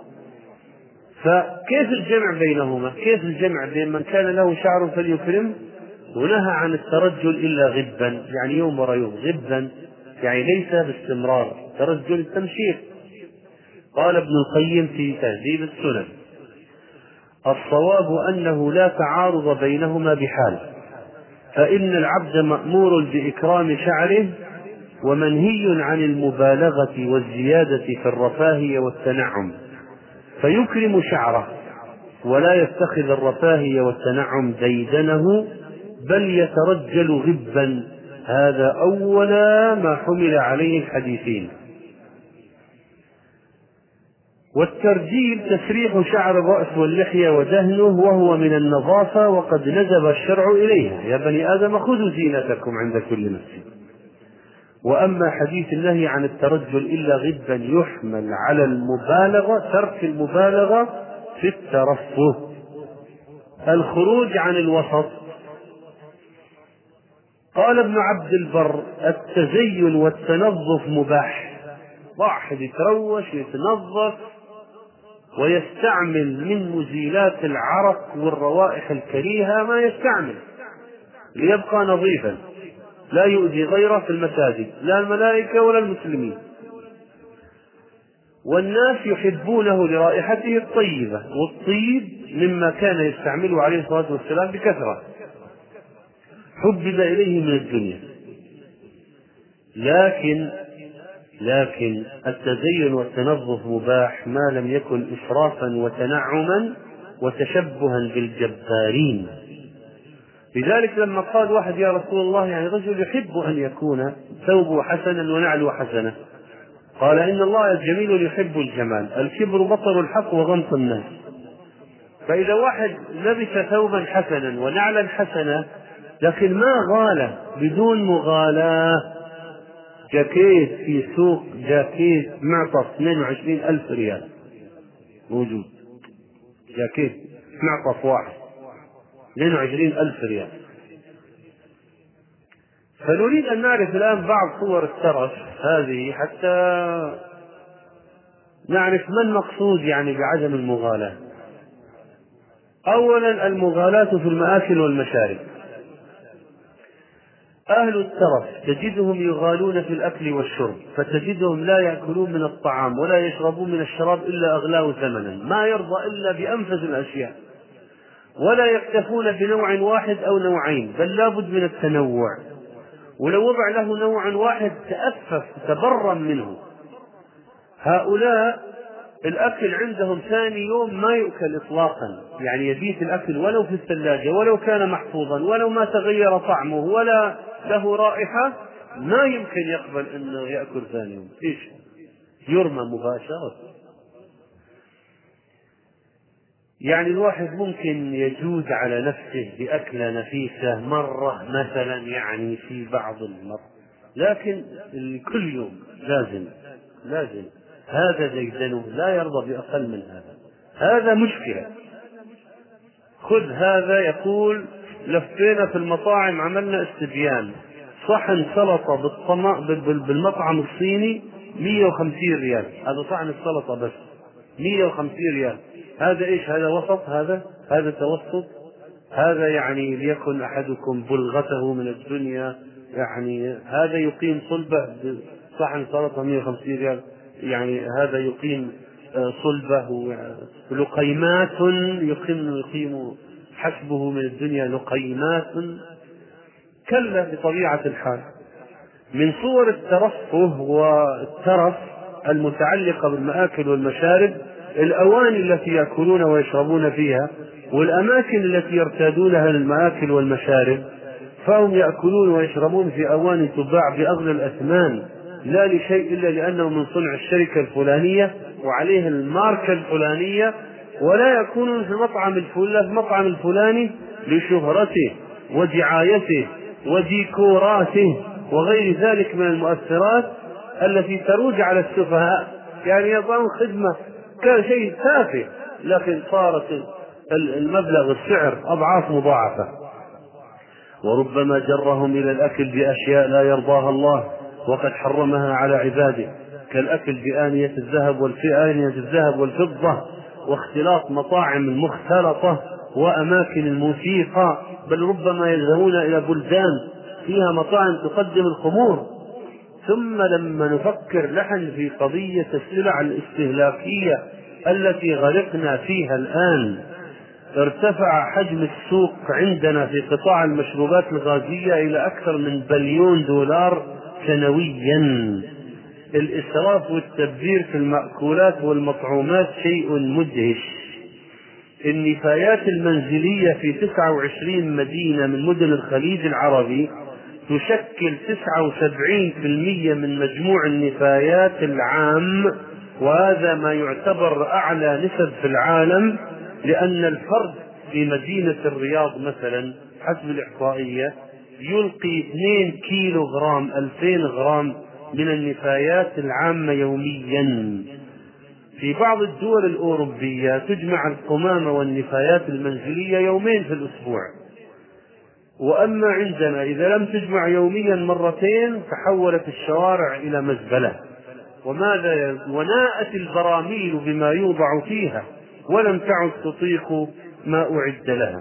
Speaker 1: فكيف الجمع بينهما؟ كيف الجمع بين من كان له شعر فليكرمه ونهى عن الترجل إلا غبا، يعني يوم ورا يوم، غبا يعني ليس باستمرار، ترجل تمشير. قال ابن القيم في تهذيب السنن: الصواب أنه لا تعارض بينهما بحال، فإن العبد مأمور بإكرام شعره ومنهي عن المبالغة والزيادة في الرفاهية والتنعم، فيكرم شعره ولا يتخذ الرفاهية والتنعم ديدنه، بل يترجل غبا. هذا أول ما حمل عليه الحديثين. والترجيل تسريح شعر الرأس واللحية ودهنه، وهو من النظافة وقد ندب الشرع إليها. يا بني آدم خذوا زينتكم عند كل مسجد. وأما حديث النهي عن الترجل إلا غبا يحمل على المبالغة، ترك المبالغة في الترفه. الخروج عن الوسط. قال ابن عبد البر: التزين والتنظف مباح. واحد يتروش يتنظف ويستعمل من مزيلات العرق والروائح الكريهة ما يستعمل ليبقى نظيفا لا يؤذي غيره في المساجد، لا الملائكة ولا المسلمين. والناس يحبونه لرائحته الطيبة، والطيب مما كان يستعمله عليه الصلاة والسلام بكثرة، حبب إليه من الدنيا. لكن التزين والتنظف مباح ما لم يكن إسرافا وتنعما وتشبها بالجبارين. لذلك لما قال واحد: يا رسول الله، يعني رجل يحب أن يكون ثوبه حسنا ونعله حسنة، قال: إن الله الجميل يحب الجمال، الكبر بطر الحق وغمط الناس. فإذا واحد لبس ثوبا حسنا ونعلا حسنا لكن ما غاله بدون مغالاة، جاكيت في سوق، جاكيت معطف 22,000 ريال موجود، جاكيت معطف واحد 22,000 ريال. فنريد أن نعرف الآن بعض صور الترف هذه حتى نعرف ما المقصود يعني بعدم المغالاة. أولا، المغالاة في المآكل والمشارب. أهل الترف تجدهم يغالون في الأكل والشرب، فتجدهم لا يأكلون من الطعام ولا يشربون من الشراب إلا أغلاه ثمنا، ما يرضى إلا بأنفس الأشياء، ولا يكتفون بنوع واحد أو نوعين، بل لابد من التنوع. ولو وضع له نوع واحد تأفف تبرم منه. هؤلاء الأكل عندهم ثاني يوم ما يؤكل إطلاقا، يعني يبيت الأكل ولو في الثلاجة ولو كان محفوظا ولو ما تغير طعمه ولا له رائحة، ما يمكن يقبل أنه يأكل ثاني يوم، إيش يرمى مباشرة. يعني الواحد ممكن يجود على نفسه بأكلة نفيسة مرة مثلا يعني في بعض المرات، لكن كل يوم لازم هذا ديدنه لا يرضى بأقل من هذا مشكلة. خذ هذا يقول: لفينا في المطاعم عملنا استبيان، صحن سلطة بالمطعم الصيني 150 ريال، هذا صحن السلطة بس 150 ريال. هذا إيش؟ هذا وسط؟ هذا توسط؟ هذا يعني ليكن أحدكم بلغته من الدنيا، يعني هذا يقيم صلبة صحن سلطة 150 ريال، يعني هذا يقيم صلبه لقيمات، يقيم حسبه من الدنيا لقيمات. كلا بطبيعة الحال. من صور الترفه والترف المتعلقة بالمآكل والمشارب الأواني التي يأكلون ويشربون فيها، والأماكن التي يرتادونها للمآكل والمشارب، فهم يأكلون ويشربون في أواني تباع بأغلى الأثمان، لا لشيء إلا لأنه من صنع الشركة الفلانية وعليه الماركة الفلانية، ولا يكونون في المطعم الفلاني لشهرته ودعايته وديكوراته وغير ذلك من المؤثرات التي تروج على السفهاء، يعني يضعون خدمة كان شيء تافه لكن صارت المبلغ السعر أضعاف مضاعفة. وربما جرهم إلى الأكل بأشياء لا يرضاها الله وقد حرمها على عباده، كالأكل بآنية الذهب والفضة، واختلاط مطاعم مختلطة وأماكن الموسيقى، بل ربما يذهبون إلى بلدان فيها مطاعم تقدم الخمور. ثم لما نفكر نحن في قضية السلع الاستهلاكية التي غرقنا فيها الآن، ارتفع حجم السوق عندنا في قطاع المشروبات الغازية إلى أكثر من $1 بليون سنويا. الإسراف والتبذير في المأكولات والمطعومات شيء مدهش. النفايات المنزلية في 29 مدينة من مدن الخليج العربي تشكل 79% من مجموع النفايات العام وهذا ما يعتبر أعلى نسب في العالم، لأن الفرد في مدينة الرياض مثلا حسب الإحصائية يلقي 2 كيلو غرام 2000 غرام من النفايات العامة يوميا. في بعض الدول الأوروبية تجمع القمامة والنفايات المنزلية يومين في الأسبوع، وأما عندنا إذا لم تجمع يوميا مرتين تحولت الشوارع إلى مزبلة، وناءت البراميل بما يوضع فيها ولم تعد تطيق ما أعد لها.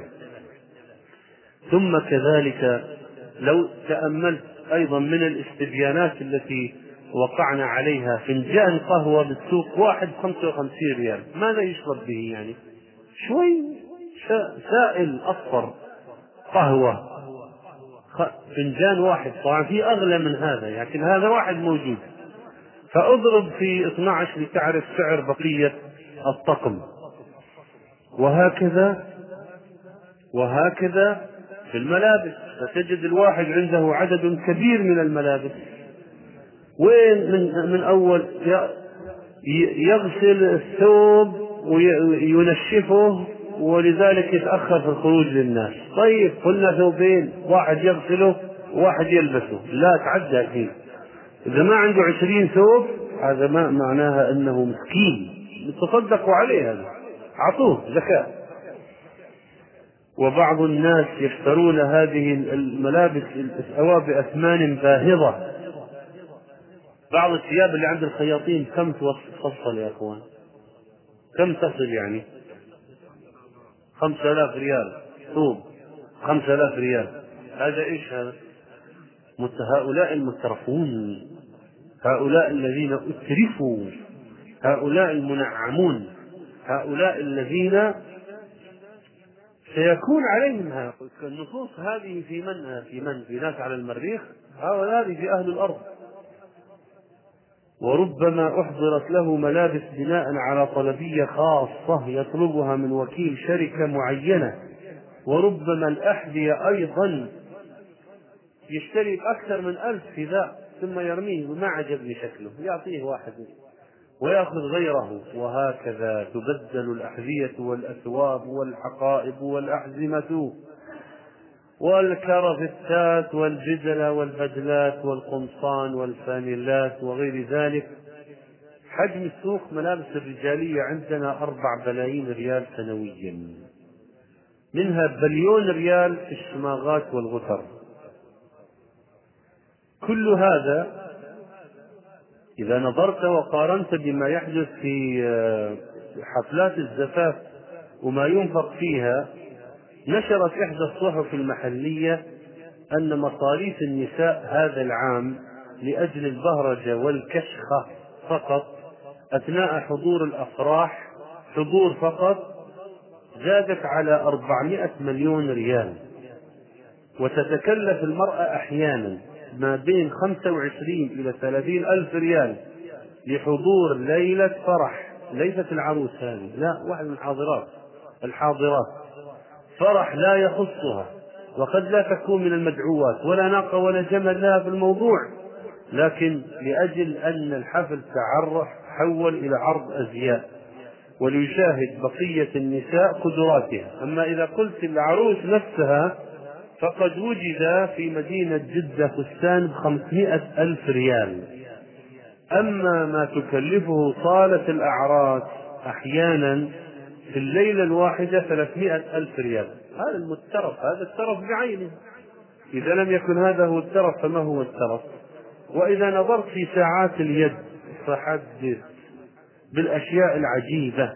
Speaker 1: ثم كذلك لو تأملت أيضا من الاستبيانات التي وقعنا عليها، فنجان قهوة بالسوق واحد 55 ريال، ماذا يشرب به يعني؟ شوي سائل أصفر قهوة، فنجان واحد، طبعا في أغلى من هذا لكن هذا واحد موجود، فأضرب في 12 لتعرف سعر بقية الطقم. وهكذا في الملابس، فتجد الواحد عنده عدد كبير من الملابس، وين من أول يغسل الثوب وينشفه، ولذلك يتأخر في الخروج للناس. طيب قلنا ثوبين، واحد يغسله وواحد يلبسه، لا تعدى فيه. إذا ما عنده 20 ثوب هذا ما معناها أنه مسكين، تصدقوا عليه، هذا أعطوه زكاة. وبعض الناس يشترون هذه الملابس الثواب بأثمان باهظة. بعض الثياب اللي عند الخياطين كم توصل يا أخوان؟ كم تصل يعني؟ 5000 ريال ثوب، 5000 ريال. هذا إيش هذا؟ هؤلاء المترفون، هؤلاء الذين أترفوا، هؤلاء المنعمون، هؤلاء الذين سيكون عليهم النصوص هذه في ناس على المريخ، هؤلاء في أهل الأرض. وربما أحضرت له ملابس بناء على طلبية خاصة يطلبها من وكيل شركة معينة، وربما الأحذية أيضا يشتري أكثر من 1000 حذاء ثم يرميه وما عجبني شكله يعطيه واحد ويأخذ غيره، وهكذا تبدل الأحذية والأثواب والحقائب والأحزمة والكرافتات والبدلة والبدلات والقمصان والفانيلات وغير ذلك. حجم السوق ملابس الرجالية عندنا 4 بلايين ريال سنويا، منها 1 بليون ريال في الشماغات والغتر. كل هذا إذا نظرت وقارنت بما يحدث في حفلات الزفاف وما ينفق فيها، نشرت إحدى الصحف المحلية أن مصاريف النساء هذا العام لأجل البهرجة والكشخة فقط أثناء حضور الأفراح، حضور فقط، زادت على 400 مليون ريال. وتتكلف المرأة أحيانا ما بين 25 إلى 30 ألف ريال لحضور ليلة فرح، ليست العروس هذه، لا، واحد من الحاضرات، فرح لا يخصها، وقد لا تكون من المدعوات ولا ناقة ولا جمل لها في الموضوع، لكن لأجل أن الحفل حول إلى عرض أزياء وليشاهد بقية النساء قدراتها. أما إذا قلت العروس نفسها فقد وجد في مدينة جدة فستان ب500 ألف ريال. أما ما تكلفه صالة الأعراس أحيانا في الليلة الواحدة 300 ألف ريال. هذا المترف، هذا الترف بعينه. إذا لم يكن هذا هو الترف فما هو الترف؟ وإذا نظرت في ساعات اليد فحدث بالأشياء العجيبة،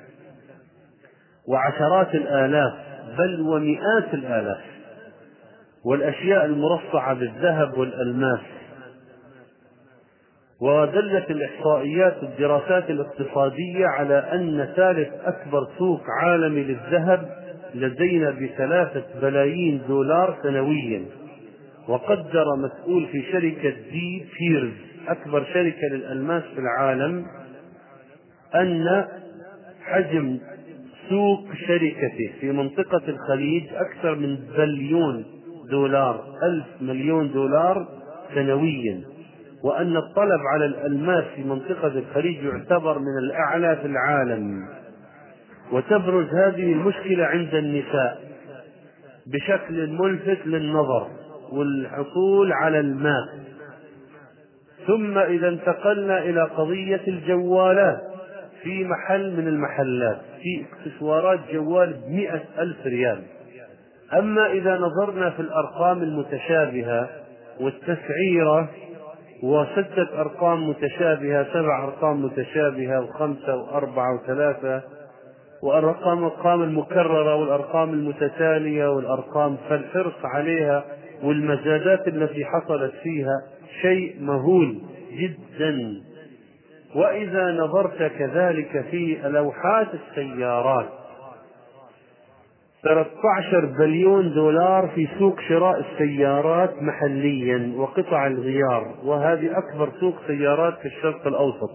Speaker 1: وعشرات الآلاف بل ومئات الآلاف، والأشياء المرصعة بالذهب والألماس. ودلت الإحصائيات والدراسات الاقتصادية على أن ثالث أكبر سوق عالمي للذهب لدينا ب3 بلايين دولار سنويا. وقدر مسؤول في شركة دي بيرز أكبر شركة للألماس في العالم أن حجم سوق شركته في منطقة الخليج أكثر من 1 بليون دولار، 1000 مليون دولار سنويا. وأن الطلب على الألماس في منطقة الخليج يعتبر من الأعلى في العالم. وتبرز هذه المشكلة عند النساء بشكل ملفت للنظر والحصول على الماء. ثم إذا انتقلنا إلى قضية الجوالات، في محل من المحلات في اكسسوارات جوال ب100,000 ريال. أما إذا نظرنا في الأرقام المتشابهة والتسعيرة، وستة أرقام متشابهة، 7 أرقام متشابهة، و5 و4 و3، والأرقام المكررة والأرقام المتتالية والأرقام، فالحرص عليها والمزادات التي حصلت فيها شيء مهول جدا. وإذا نظرت كذلك في لوحات السيارات، 13 بليون دولار في سوق شراء السيارات محليا وقطع الغيار، وهذه أكبر سوق سيارات في الشرق الأوسط.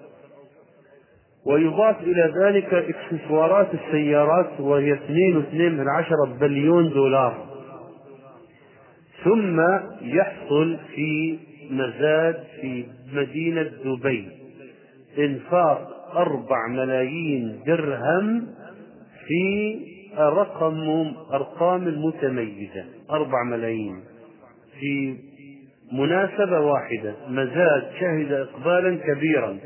Speaker 1: ويضاف إلى ذلك اكسسوارات السيارات وهي 2.2 بليون دولار. ثم يحصل في مزاد في مدينة دبي إنفاق 4 ملايين درهم في أرقام المتميزة، 4 ملايين في مناسبة واحدة، مزاد شهد إقبالا كبيرا.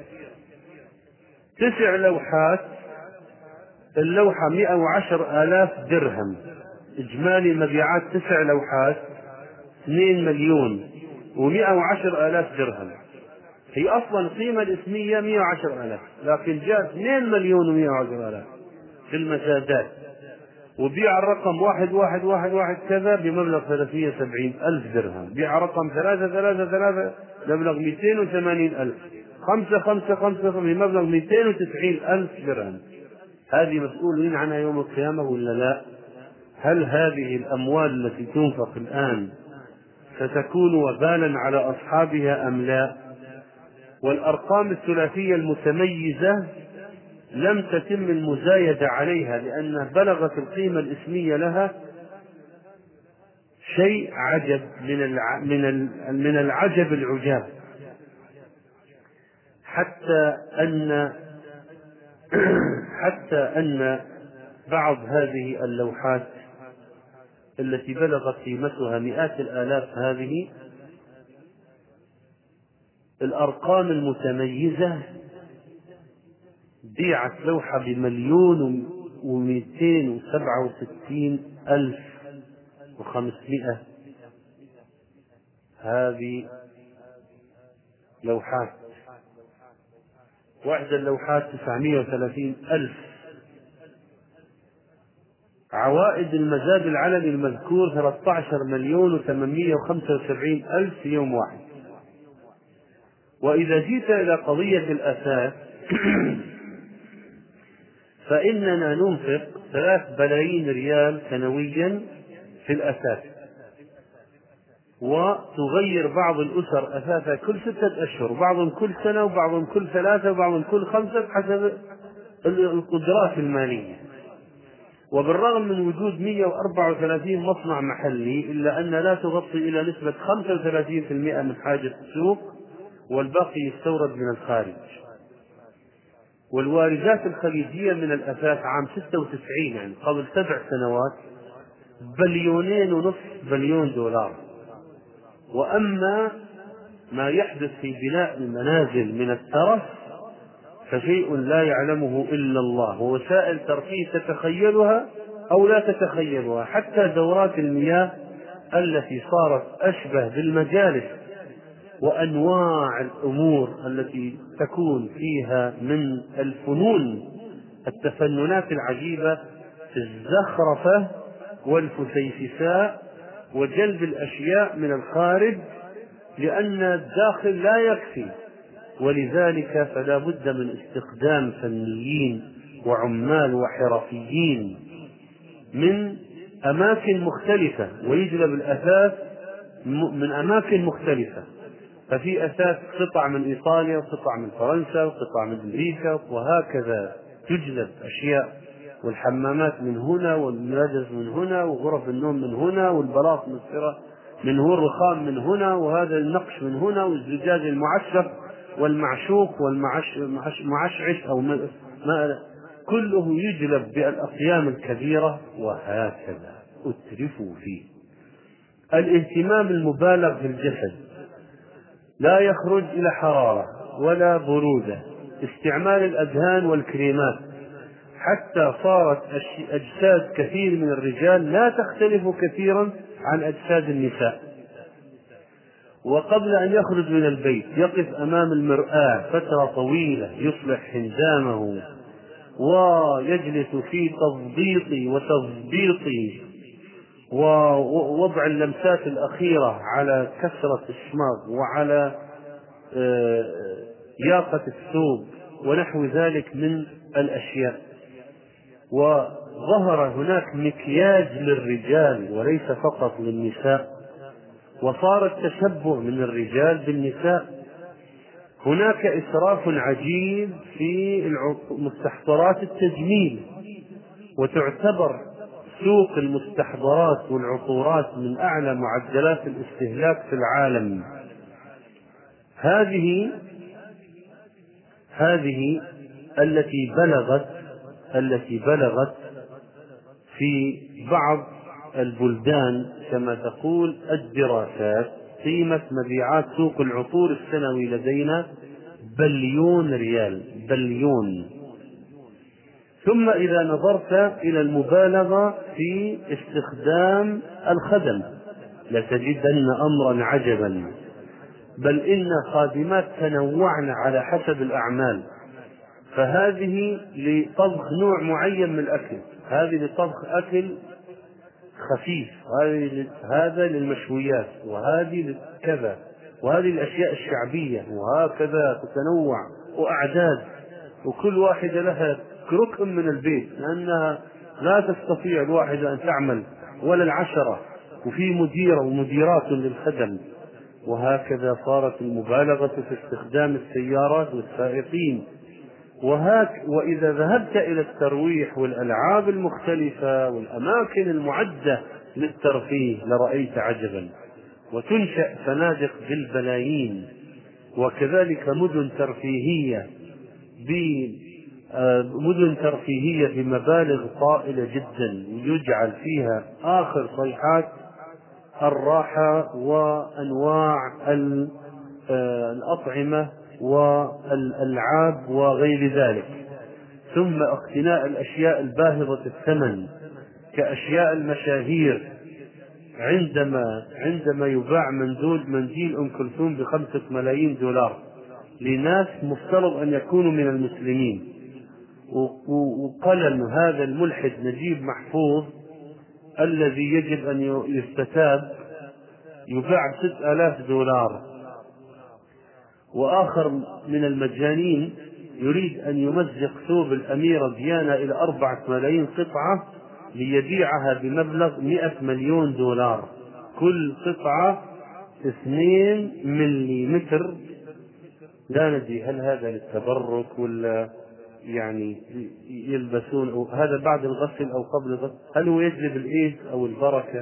Speaker 1: 9 لوحات، اللوحة 110,000 درهم، إجمالي مبيعات 9 لوحات 2 مليون و110,000 درهم. هي أصلا القيمة الإسمية 110,000، لكن جاء 2 مليون و110,000 في المزادات. وبيع الرقم 1111 كذا بمبلغ 370,000 درهم، بيع رقم 333 بمبلغ 280,000، 555 بمبلغ 290,000 درهم. هذه مسؤولين عنها يوم القيامة ولا لا؟ هل هذه الأموال التي تنفق الآن ستكون وبالا على أصحابها أم لا؟ والأرقام الثلاثية المتميزة لم تتم المزايدة عليها، لأن بلغت القيمة الإسمية لها شيء عجب من العجب العجاب، حتى أن بعض هذه اللوحات التي بلغت قيمتها مئات الآلاف، هذه الأرقام المتميزة بيعت لوحة ب1,267,500. هذه لوحات، واحدة اللوحات 930,000. عوائد المزاد العلني المذكور 13,875,000 في يوم واحد. وإذا جيت إلى قضية الأثاث فإننا ننفق 3 بلايين ريال سنويا في الأثاث، وتغير بعض الأسر أثاثها كل 6 أشهر، بعضهم كل سنة وبعضهم كل 3 وبعضهم كل 5 حسب القدرات المالية. وبالرغم من وجود 134 مصنع محلي إلا أن لا تغطي إلى نسبة 35% من حاجة السوق، والباقي يستورد من الخارج. والواردات الخليجية من الأثاث عام 96 يعني قبل 7 سنوات 2.5 بليون دولار. وأما ما يحدث في بناء المنازل من الترف فشيء لا يعلمه إلا الله، ووسائل ترفيه تتخيلها أو لا تتخيلها. حتى دورات المياه التي صارت أشبه بالمجالس، وأنواع الأمور التي تكون فيها من الفنون، التفننات العجيبة في الزخرفة والفسيفساء وجلب الأشياء من الخارج، لأن الداخل لا يكفي. ولذلك فلا بد من استخدام فنيين وعمال وحرفيين من أماكن مختلفة، ويجلب الأثاث من أماكن مختلفة. ففي أثاث قطع من إيطاليا وقطع من فرنسا وقطع من أمريكا، وهكذا تجلب أشياء، والحمامات من هنا والملاجئ من هنا وغرف النوم من هنا والبلاط من السرة من هو الرخام من هنا، وهذا النقش من هنا، والزجاج المعشق والمعشوق والمعشعش أو ما كله يجلب بالأقيام الكبيرة، وهكذا أترفوا فيه. الاهتمام المبالغ في الجسد لا يخرج إلى حرارة ولا برودة، استعمال الأدهان والكريمات، حتى صارت أجساد كثير من الرجال لا تختلف كثيرا عن أجساد النساء. وقبل أن يخرج من البيت يقف أمام المرآة فترة طويلة يصلح حزامه ويجلس في تضبيط وتضبيط ووضع اللمسات الأخيرة على كسرة الشماغ وعلى ياقة الثوب ونحو ذلك من الأشياء. وظهر هناك مكياج للرجال وليس فقط للنساء، وصار التشبه من الرجال بالنساء. هناك إسراف عجيب في مستحضرات التجميل، وتعتبر سوق المستحضرات والعطورات من أعلى معدلات الاستهلاك في العالم. هذه التي بلغت في بعض البلدان كما تقول الدراسات قيمة مبيعات سوق العطور السنوي لدينا بليون ريال، بليون. ثم إذا نظرت إلى المبالغة في استخدام الخدم لتجدن أمرا عجبا، بل إن خادمات تنوعن على حسب الأعمال، فهذه لطبخ نوع معين من الأكل، هذه لطبخ أكل خفيف، هذا للمشويات، وهذه كذا، وهذه الأشياء الشعبية، وهكذا تتنوع وأعداد، وكل واحدة لها ركن من البيت، لأنها لا تستطيع الواحدة أن تعمل ولا العشرة، وفي مديرة ومديرات للخدم. وهكذا صارت المبالغة في استخدام السيارات والسائقين. وإذا ذهبت إلى الترويح والألعاب المختلفة والأماكن المعدة للترفيه لرأيت عجبا، وتنشأ فنادق بالبلايين، وكذلك مدن ترفيهية بمبالغ طائلة جدا، يجعل فيها آخر صيحات الراحة وأنواع الأطعمة والألعاب وغير ذلك، ثم اقتناء الأشياء الباهظة الثمن كأشياء المشاهير. عندما يباع منديل أم كلثوم ب5 ملايين دولار لناس مفترض أن يكونوا من المسلمين، وقلم هذا الملحد نجيب محفوظ الذي يجب أن يستتاب يباع ب6,000 دولار. وآخر من المجانين يريد أن يمزق ثوب الأميرة ديانا إلى 4 ملايين قطعة ليبيعها بمبلغ 100 مليون دولار، كل قطعة 2 مليمتر. لا ندري هل هذا للتبرك ولا يعني يلبسون هذا بعد الغسل أو قبل الغسل، هل هو يجلب الإيد أو البركة؟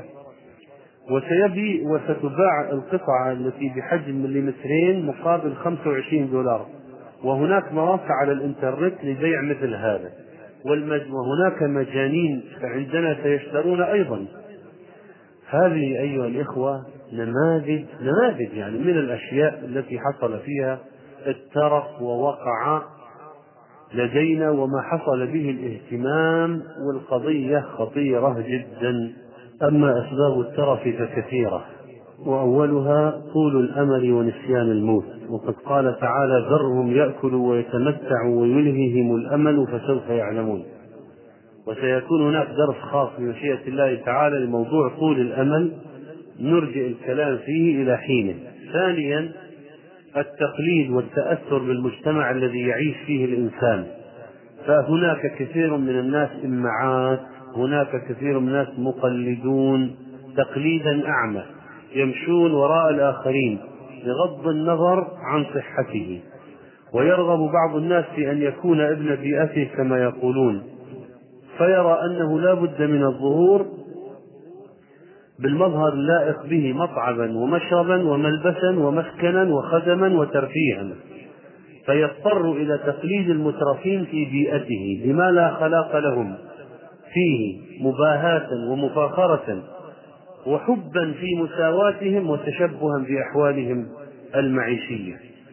Speaker 1: وستباع القطعة التي بحجم مليمترين مقابل 25 دولار. وهناك مواقع على الإنترنت لبيع مثل هذا، وهناك مجانين عندنا سيشترون أيضا. هذه أيها الإخوة نماذج يعني من الأشياء التي حصل فيها الترف ووقع لدينا، وما حصل به الاهتمام، والقضية خطيرة جدا. أما أسباب الترف فكثيرة، وأولها طول الأمل ونسيان الموت، وقد قال تعالى: ذرهم يأكلوا ويتمتعوا ويلههم الأمل فسوف يعلمون. وسيكون هناك درس خاص بمشيئة الله تعالى لموضوع طول الأمل، نرجع الكلام فيه إلى حينه. ثانيا التقليد والتأثر بالمجتمع الذي يعيش فيه الإنسان، فهناك كثير من الناس إمعات، هناك كثير من الناس مقلدون تقليدا أعمى، يمشون وراء الآخرين بغض النظر عن صحته، ويرغب بعض الناس في أن يكون ابن بيئته كما يقولون، فيرى أنه لا بد من الظهور بالمظهر اللائق به مطعما ومشربا وملبسا ومسكنا وخدما وترفيها، فيضطر إلى تقليد المترفين في بيئته لما لا خلاق لهم فيه مباهاة ومفاخرة وحبا في مساواتهم وتشبها بأحوالهم المعيشية.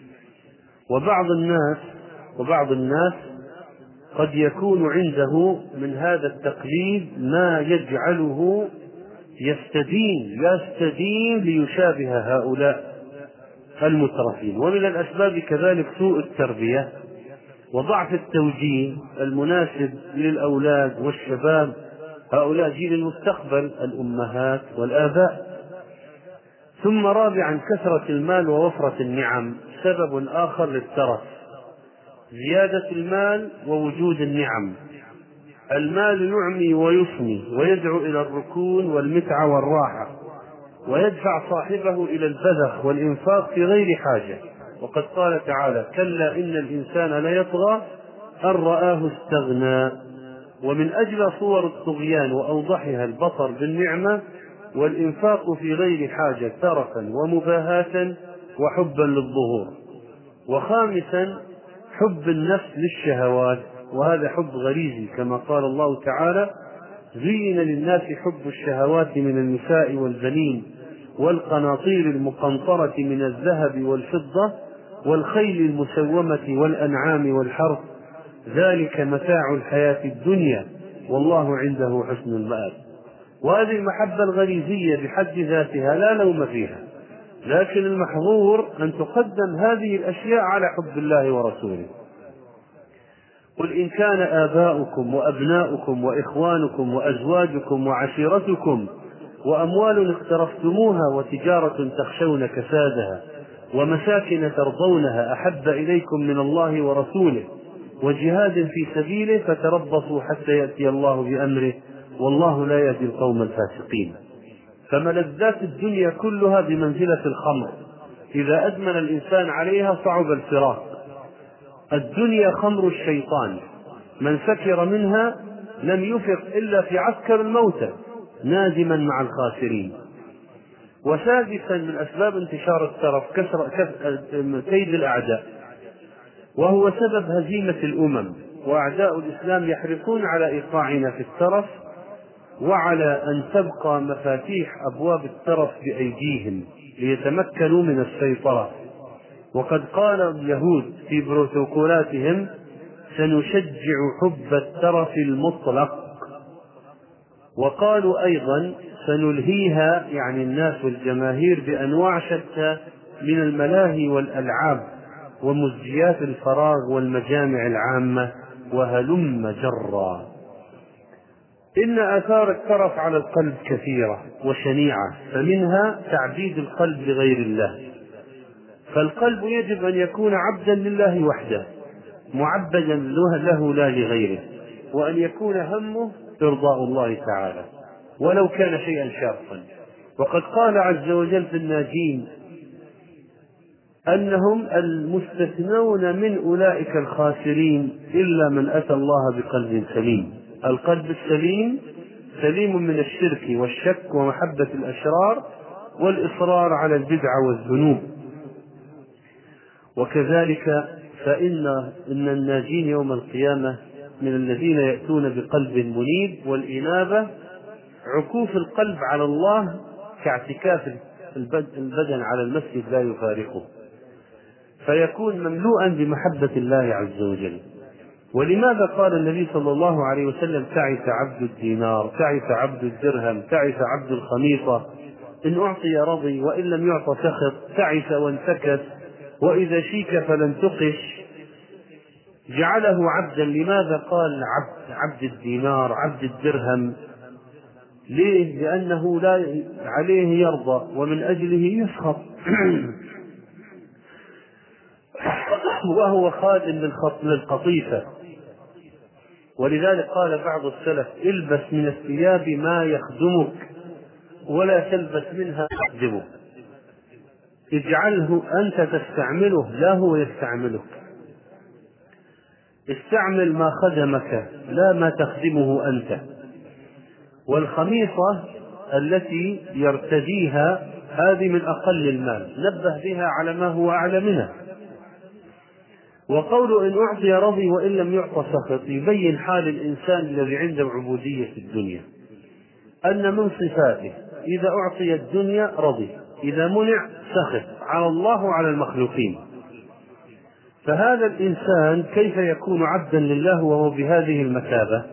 Speaker 1: وبعض الناس قد يكون عنده من هذا التقليد ما يجعله يستدين ليشابه هؤلاء المترفين. ومن الأسباب كذلك سوء التربية وضعف التوجيه المناسب للأولاد والشباب، هؤلاء جيل المستقبل، الأمهات والآباء. ثم رابعا كثرة المال ووفرة النعم سبب آخر للترف، زيادة المال ووجود النعم. المال يعمي ويصمي ويدعو إلى الركون والمتعة والراحة، ويدفع صاحبه إلى البذخ والإنفاق في غير حاجة. وقد قال تعالى: كلا إن الإنسان ليطغى أن رآه استغنى. ومن أجل صور الطغيان وأوضحها البطر بالنعمة والإنفاق في غير حاجة ترفا ومباهاة وحبا للظهور. وخامسا حب النفس للشهوات، وهذا حب غريزي كما قال الله تعالى: زين للناس حب الشهوات من النساء والبنين والقناطير المقنطرة من الذهب والفضة والخيل المسومة والأنعام والحرث ذلك متاع الحياة الدنيا والله عنده حسن المآب. وهذه المحبة الغريزية بحد ذاتها لا لوم فيها، لكن المحظور أن تقدم هذه الأشياء على حب الله ورسوله. قل إن كان آباؤكم وأبناؤكم وإخوانكم وأزواجكم وعشيرتكم وأموال اقترفتموها وتجارة تخشون كسادها ومساكن ترضونها أحب إليكم من الله ورسوله وجهاد في سبيله فتربصوا حتى يأتي الله بأمره والله لا يهدي القوم الفاسقين. فملذات الدنيا كلها بمنزلة الخمر، إذا أدمن الإنسان عليها صعب الفراق. الدنيا خمر الشيطان، من سكر منها لم يفق إلا في عسكر الموتى نادما مع الخاسرين. وسادسا من أسباب انتشار الترف كيد الأعداء، وهو سبب هزيمة الأمم. وأعداء الإسلام يحرصون على إيقاعنا في الترف وعلى أن تبقى مفاتيح أبواب الترف بأيديهم ليتمكنوا من السيطرة. وقد قال اليهود في بروتوكولاتهم: سنشجع حب الترف المطلق. وقالوا أيضا: سنلهيها، يعني الناس والجماهير، بأنواع شتى من الملاهي والألعاب ومزجيات الفراغ والمجامع العامة وهلم جرا. إن آثار الترف على القلب كثيرة وشنيعة، فمنها تعبيد القلب لغير الله. فالقلب يجب أن يكون عبدا لله وحده، معبدا له لا لغيره، وأن يكون همه إرضاء الله تعالى ولو كان شيئا شاقا. وقد قال عز وجل في الناجين أنهم المستثنون من أولئك الخاسرين إلا من أتى الله بقلب سليم. القلب السليم سليم من الشرك والشك ومحبة الأشرار والإصرار على البدع والذنوب. وكذلك فإن الناجين يوم القيامة من الذين يأتون بقلب منيب، والإنابة عكوف القلب على الله كاعتكاف البدن على المسجد لا يفارقه، فيكون مملوءا بمحبة الله عز وجل. ولماذا قال النبي صلى الله عليه وسلم: تعس عبد الدينار، تعس عبد الدرهم، تعس عبد الخميصة، إن أعطي رضي وإن لم يعط سخط، تعس وانتكس، وإذا شيك فلن تقش. جعله عبدا. لماذا قال عبد الدينار، عبد الدرهم؟ ليه؟ لأنه لا عليه يرضى ومن أجله يسخط وهو خادم للقطيفة. ولذلك قال بعض السلف: البس من الثياب ما يخدمك ولا تلبس منها يخدمك. اجعله أنت تستعمله لا هو يستعملك. استعمل ما خدمك لا ما تخدمه أنت. والخميصة التي يرتديها هذه من أقل المال، نبه بها على ما هو أعلى منها. وقول إن أعطي رضي وإن لم يعط سخط يبين حال الإنسان الذي عنده عبودية في الدنيا، أن من صفاته إذا أعطي الدنيا رضي، إذا منع سخط على الله وعلى المخلوقين. فهذا الإنسان كيف يكون عبدا لله وهو بهذه المثابة؟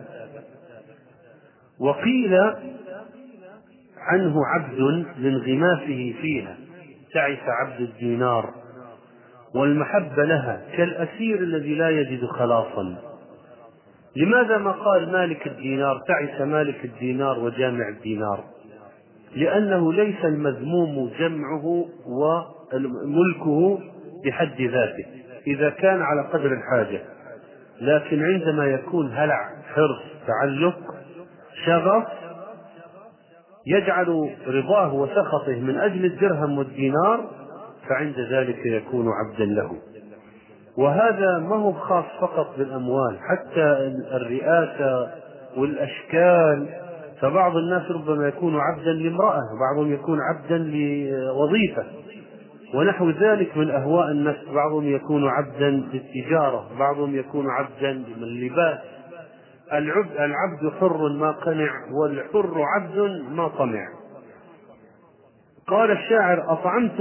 Speaker 1: وقيل عنه عبد لانغماسه فيها، تعس عبد الدينار، والمحبة لها كالأسير الذي لا يجد خلاصا. لماذا ما قال مالك الدينار؟ تعس مالك الدينار وجامع الدينار، لأنه ليس المذموم جمعه وملكه بحد ذاته إذا كان على قدر الحاجة، لكن عندما يكون هلع، حرص، تعلق، شغف، يجعل رضاه وسخطه من أجل الدرهم والدينار، فعند ذلك يكون عبدا له. وهذا ما هو خاص فقط بالأموال، حتى الرئاسة والأشكال. فبعض الناس ربما يكون عبدا لامرأة، بعضهم يكون عبدا لوظيفة ونحو ذلك من أهواء النفس، بعضهم يكون عبدا للتجارة، بعضهم يكون عبدا للباس. العبد حر ما قنع، والحر عبد ما طمع. قال الشاعر: أطعت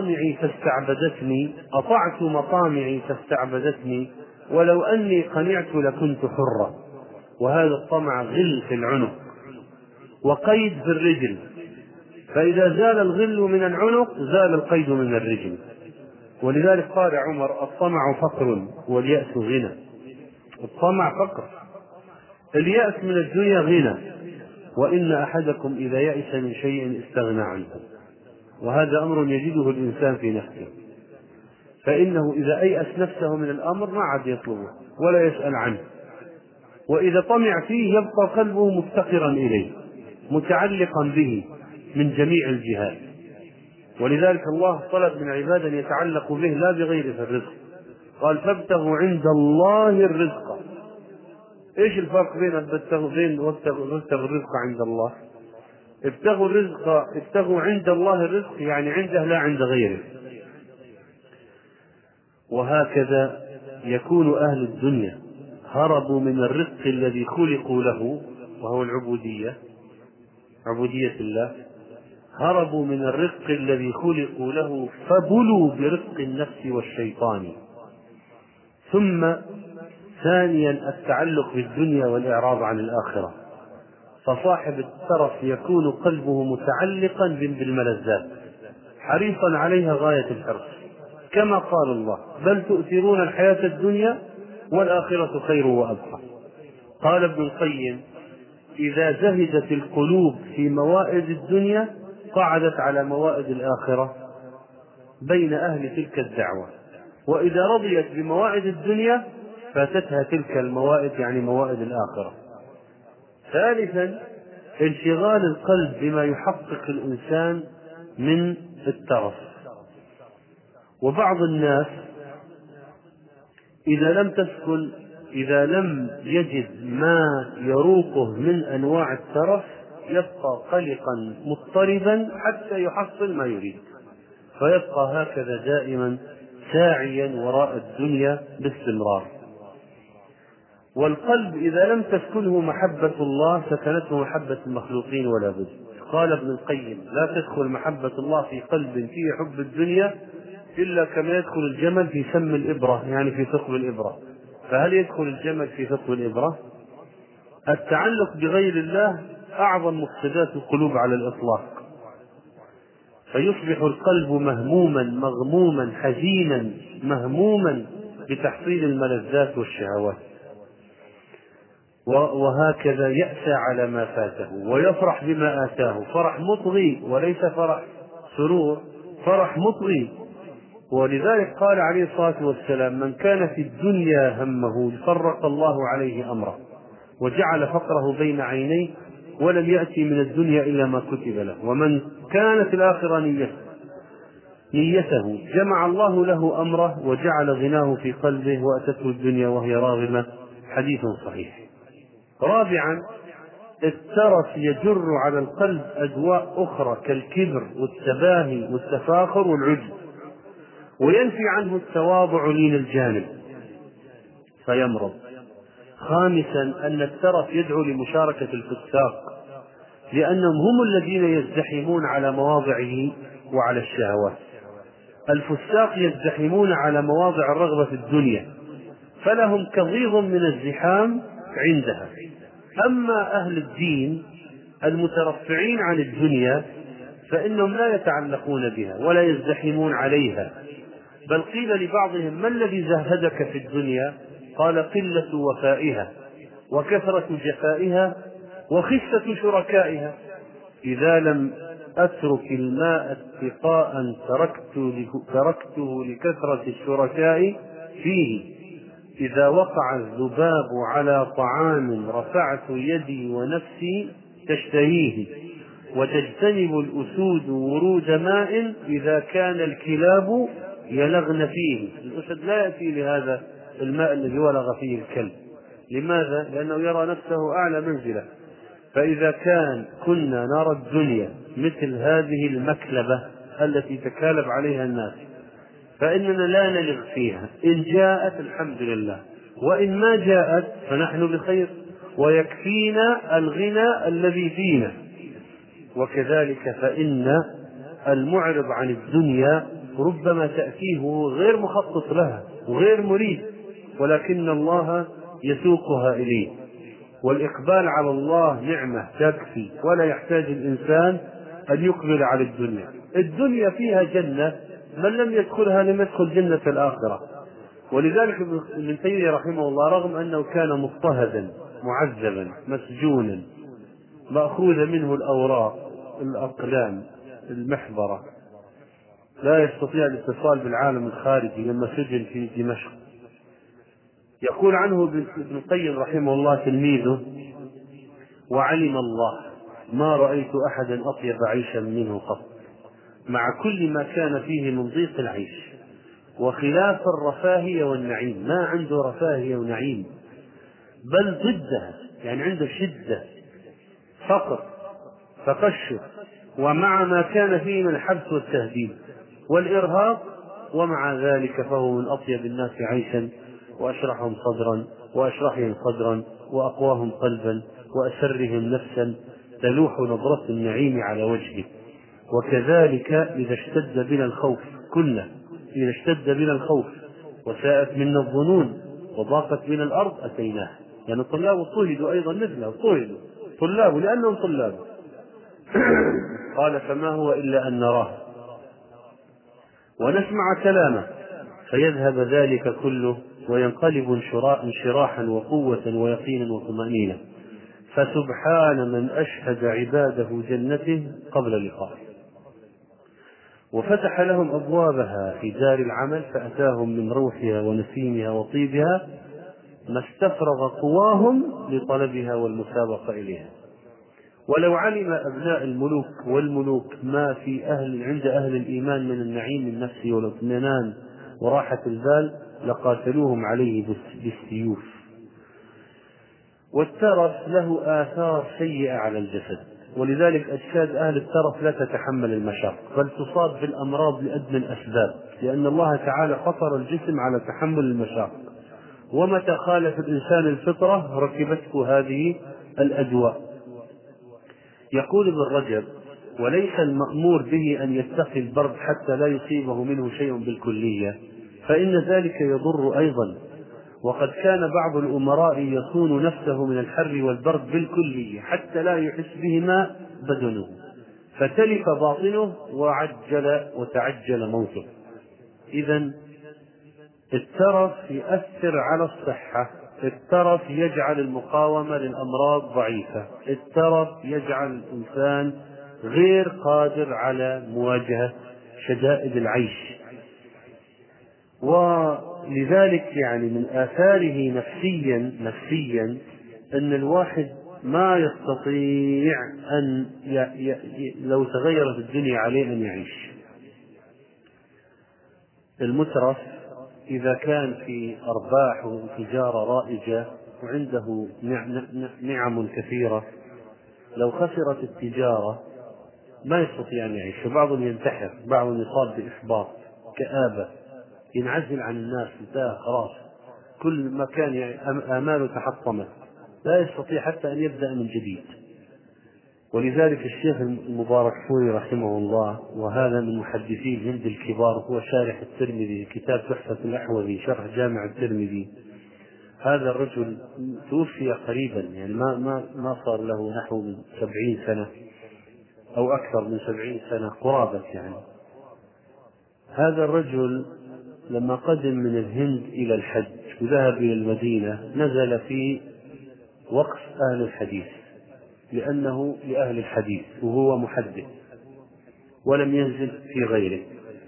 Speaker 1: مطامعي فاستعبدتني، ولو أني قنعت لكنت حرا. وهذا الطمع غل في العنق وقيد في الرجل، فإذا زال الغل من العنق زال القيد من الرجل. ولذلك قال عمر: الطمع فقر واليأس غنى. الطمع فقر، اليأس من الدنيا غنى. وإن أحدكم إذا يأس من شيء استغنى عنه. وهذا أمر يجده الإنسان في نفسه، فإنه إذا أيأس نفسه من الأمر ما عاد يطلبه ولا يسأل عنه، وإذا طمع فيه يبقى قلبه مفتقرا إليه متعلقا به من جميع الجهات. ولذلك الله طلب من عباده أن يتعلقوا به لا بغيره في الرزق. قال: فابتغوا عند الله الرزق. إيش الفرق بين وابتغوا الرزق عند الله؟ ابتغوا عند الله الرزق يعني عنده لا عند غيره. وهكذا يكون أهل الدنيا هربوا من الرزق الذي خلقوا له وهو عبودية الله، هربوا من الرزق الذي خلقوا له فبلوا برزق النفس والشيطان. ثم ثانيا التعلق بالدنيا والإعراض عن الآخرة، فصاحب الترف يكون قلبه متعلقا بالملذات حريصا عليها غاية الحرص، كما قال الله: بل تؤثرون الحياة الدنيا والآخرة خير وأبقى. قال ابن القيم: إذا زهدت القلوب في موائد الدنيا قعدت على موائد الآخرة بين أهل تلك الدعوة، وإذا رضيت بموائد الدنيا فاتتها تلك الموائد يعني موائد الآخرة. ثالثا انشغال القلب بما يحقق الإنسان من الترف. وبعض الناس إذا لم يجد ما يروقه من أنواع الترف يبقى قلقا مضطربا حتى يحصل ما يريد، فيبقى هكذا دائما ساعيا وراء الدنيا باستمرار. والقلب إذا لم تسكنه محبة الله سكنته محبة المخلوقين ولا بد. قال ابن القيم: لا تدخل محبة الله في قلب فيه حب الدنيا إلا كما يدخل الجمل في سم الإبرة، يعني في ثقب الإبرة. فهل يدخل الجمل في ثقب الإبرة؟ التعلق بغير الله أعظم مفسدات القلوب على الإطلاق، فيصبح القلب مهموما مغموما حزينا مهموما بتحصيل الملذات والشهوات، وهكذا يأسى على ما فاته ويفرح بما آتاه، فرح مطغي وليس فرح سرور، فرح مطغي. ولذلك قال عليه الصلاة والسلام: من كان في الدنيا همه فرق الله عليه أمره وجعل فقره بين عينيه ولم يأتي من الدنيا إلا ما كتب له، ومن كانت الآخرة نيته جمع الله له أمره وجعل غناه في قلبه وأتته الدنيا وهي راغمة. حديث صحيح. رابعا الترف يجر على القلب أدواء أخرى كالكبر والتباهي والتفاخر والعجب، وينفي عنه التواضع لين الجانب فيمرض. خامسا أن الترف يدعو لمشاركة الفساق، لأنهم هم الذين يزدحمون على مواضعه وعلى الشهوات. الفساق يزدحمون على مواضع الرغبة في الدنيا، فلهم كضيض من الزحام عندها. أما أهل الدين المترفعين عن الدنيا فإنهم لا يتعلقون بها ولا يزدحمون عليها، بل قيل لبعضهم: ما الذي زهدك في الدنيا؟ قال: قلة وفائها وكثرة جفائها وخسة شركائها. إذا لم أترك الماء اتقاء تركته لكثرة الشركاء فيه. إذا وقع الذباب على طعام رفعت يدي ونفسي تشتهيه. وتجتنب الأسود ورود ماء إذا كان الكلاب يلغن فيه. الأسد لا يأتي لهذا الماء الذي ولغ فيه الكلب. لماذا؟ لأنه يرى نفسه أعلى منزلة. فإذا كنا نرى الدنيا مثل هذه المكلبة التي تكالب عليها الناس فإننا لا نلغ فيها. إن جاءت الحمد لله، وإن ما جاءت فنحن بخير، ويكفينا الغنى الذي فينا. وكذلك فإن المعرض عن الدنيا ربما تأتيه غير مخطط لها وغير مريد، ولكن الله يسوقها إليه. والإقبال على الله نعمة تكفي، ولا يحتاج الإنسان أن يقبل على الدنيا. الدنيا فيها جنة، من لم يدخلها لم يدخل جنة الآخرة. ولذلك ابن تيمية رحمه الله رغم أنه كان مضطهدا معذبا مسجونا مأخوذ منه الأوراق الأقلام المحبرة، لا يستطيع الاتصال بالعالم الخارجي لما سجن في دمشق، يقول عنه ابن القيم رحمه الله تلميذه: وعلم الله ما رأيت أحدا أطيب عيشا منه قط، مع كل ما كان فيه من ضيق العيش وخلاف الرفاهية والنعيم. ما عنده رفاهية ونعيم، بل ضدها، يعني عنده شدة فقر تقشف، ومع ما كان فيه من الحبس والتهديد والإرهاق، ومع ذلك فهو من أطيب الناس عيشا وأشرحهم صدرا وأقواهم قلبا وأسرهم نفسا تلوح نظرة النعيم على وجهه. وكذلك إذا اشتد بنا الخوف وساءت منا الظنون وضاقت بنا الأرض أتيناه. يعني الطلاب اضطهدوا أيضا مثله، اضطهدوا طلاب لأنهم طلاب. قال: فما هو إلا أن نراه ونسمع كلامه فيذهب ذلك كله وينقلب انشراحا وقوة ويقينا وطمأنينة. فسبحان من أشهد عباده جنته قبل لقائه، وفتح لهم أبوابها في دار العمل، فأتاهم من روحها ونسيمها وطيبها ما استفرغ قواهم لطلبها والمسابقة إليها. ولو علم أبناء الملوك والملوك ما في عند أهل الإيمان من النعيم النفسي والاطمئنان وراحة البال لقاتلوهم عليه بالسيوف. والترف له آثار سيئة على الجسد، ولذلك أجساد أهل الترف لا تتحمل المشاق، بل تصاب بالأمراض لأدنى الأسباب، لأن الله تعالى فطر الجسم على تحمل المشاق، ومتى خالف الإنسان الفطرة ركبته هذه الأدواء. يقول ابن رجب: وليس المأمور به أن يتقي البرد حتى لا يصيبه منه شيء بالكلية، فإن ذلك يضر أيضا. وقد كان بعض الأمراء يصون نفسه من الحر والبرد بالكلية حتى لا يحس بهما بدنه، فتلف باطنه وتعجل موته. إذن الترف يؤثر على الصحة، الترف يجعل المقاومة للأمراض ضعيفة، الترف يجعل الإنسان غير قادر على مواجهة شدائد العيش. ولذلك يعني من آثاره نفسيا أن الواحد ما يستطيع أن لو تغيرت الدنيا عليه أن يعيش. المترف إذا كان في أرباح وتجارة رائجة وعنده نعم كثيرة لو خسرت التجارة ما يستطيع أن يعيش، بعضهم ينتحر، بعضهم يصاب بإحباط، كآبة، ينعزل عن الناس، انتهى خلاص، كل ما كان آماله تحطمت، لا يستطيع حتى أن يبدأ من جديد. ولذلك الشيخ المباركفوري رحمه الله، وهذا من محدثي الهند الكبار، هو شارح الترمذي، كتاب تحفة الأحوذي شرح جامع الترمذي. هذا الرجل توفي قريبا، يعني ما صار له نحو من 70 سنة أو أكثر من 70 سنة قرابة يعني. هذا الرجل لما قدم من الهند إلى الحج وذهب إلى المدينة نزل في وقف أهل الحديث، لأنه لأهل الحديث وهو محدث، ولم ينزل في غيره.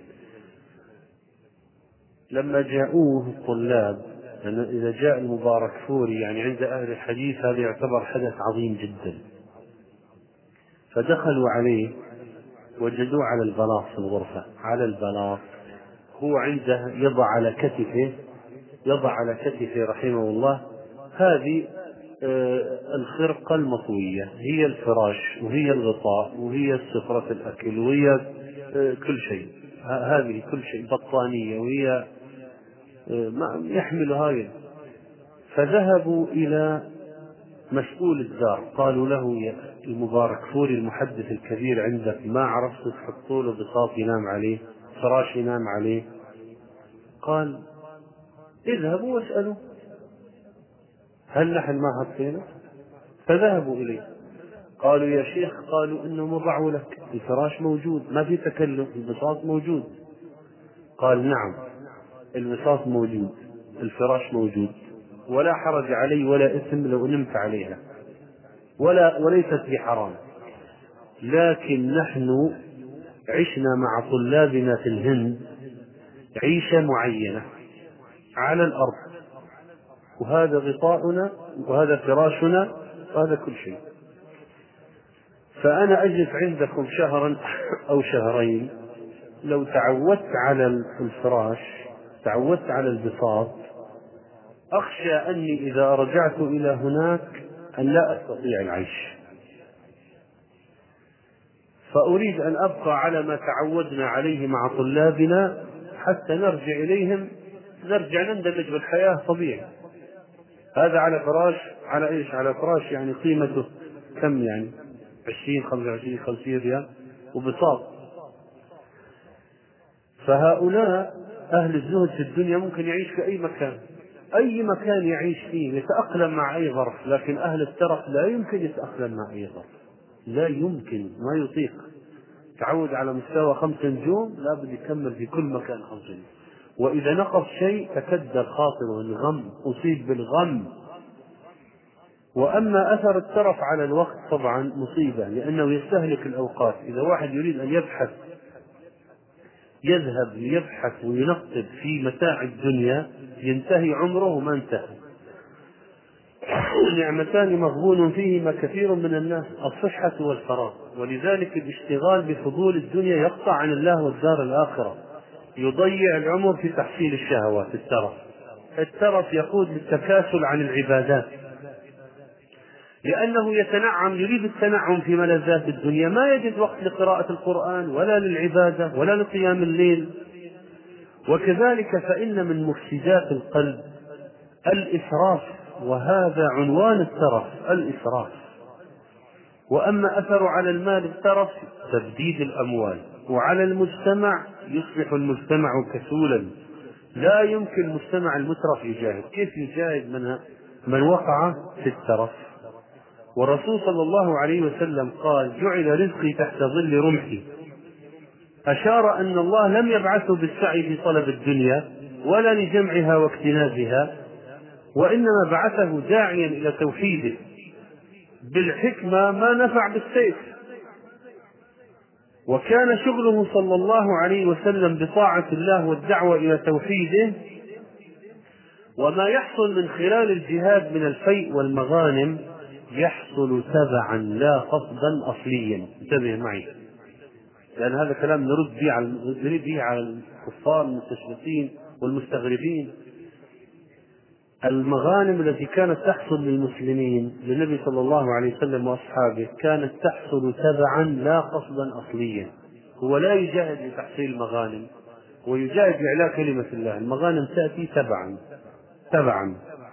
Speaker 1: لما جاءوه الطلاب، لأن إذا جاء المباركفوري يعني عند أهل الحديث هذا يعتبر حدث عظيم جدا، فدخلوا عليه وجدوه على البلاط في الغرفة، على البلاط، هو عنده يضع على كتفه رحمه الله هذه الخرقة المطوية، هي الفراش وهي الغطاء وهي سفرة الأكل وهي كل شيء، هذه كل شيء، بطانية، وهي ما يحمل هاي. فذهبوا إلى مسؤول الدار، قالوا له: يا المباركفوري المحدث الكبير عندك، ما عرفت تحطوا له بساط ينام عليه، فراش ينام عليه؟ قال: اذهبوا واسألوا هل نحن ما حطينا؟ فذهبوا إليه، قالوا: يا شيخ، قالوا إنه وضعوا لك، الفراش موجود، ما في تكلف، البساط موجود. قال: نعم، البساط موجود، الفراش موجود، ولا حرج علي ولا إثم لو نمت عليها، وليست بحرام، لكن نحن عشنا مع طلابنا في الهند عيشة معينة على الأرض، وهذا غطاؤنا وهذا فراشنا وهذا كل شيء، فأنا أجلس عندكم شهرا أو شهرين، لو تعودت على الفراش، تعودت على البساط، أخشى أني إذا رجعت إلى هناك أن لا أستطيع العيش، فأريد أن أبقى على ما تعودنا عليه مع طلابنا حتى نرجع إليهم، نرجع نندمج بالحياة طبيعي. هذا على فراش، على إيش؟ على فراش يعني قيمته كم؟ يعني 20 25 50 ريال، وبساط. فهؤلاء أهل الزهد في الدنيا ممكن يعيش في أي مكان يعيش فيه، يتأقلم مع أي ظرف، لكن أهل الترف لا يمكن يتأقلم مع أي ظرف، لا يمكن، ما يطيق. تعود على مستوى 5 نجوم، لا بد يكمل في كل مكان 5 نجوم، وإذا نقص شيء تكدر خاطره، الغم، أصيب بالغم. وأما أثر الترف على الوقت طبعا مصيبة، لأنه يستهلك الأوقات. إذا واحد يريد أن يبحث، يذهب ليبحث وينقب في متاع الدنيا، ينتهي عمره وما انتهى. نعمتان مغبون فيهما كثير من الناس، الصحة والفراغ. ولذلك الاشتغال بفضول الدنيا يقطع عن الله والدار الآخرة، يضيع العمر في تحصيل الشهوات. الترف يقود للتكاسل عن العبادات، لأنه يريد التنعم في ملذات الدنيا، ما يجد وقت لقراءة القرآن ولا للعبادة ولا لقيام الليل. وكذلك فإن من مفسدات القلب الإسراف، وهذا عنوان الترف، الإسراف. وأما أثر على المال الترف تبديد الأموال، وعلى المجتمع يصبح المجتمع كسولا، لا يمكن المجتمع المترف يجاهد. كيف يجاهد من وقع في الترف؟ والرسول صلى الله عليه وسلم قال: جعل رزقي تحت ظل رمحي. أشار أن الله لم يبعثه بالسعي في طلب الدنيا ولا لجمعها واكتنازها، وإنما بعثه داعيا إلى توحيده بالحكمة ما نفع بالسيف. وكان شغله صلى الله عليه وسلم بطاعة الله والدعوة إلى توحيده، وما يحصل من خلال الجهاد من الفيء والمغانم يحصل تبعا لا قصدا أصليا. انتبه معي، لأن هذا كلام نرد به على الكفار المستشرقين والمستغربين. المغانم التي كانت تحصل للمسلمين للنبي صلى الله عليه وسلم وأصحابه كانت تحصل تبعا لا قصدا أصليا. هو لا يجاهد لتحصيل المغانم، ويجاهد لإعلاء كلمة الله. المغانم تأتي تبعا.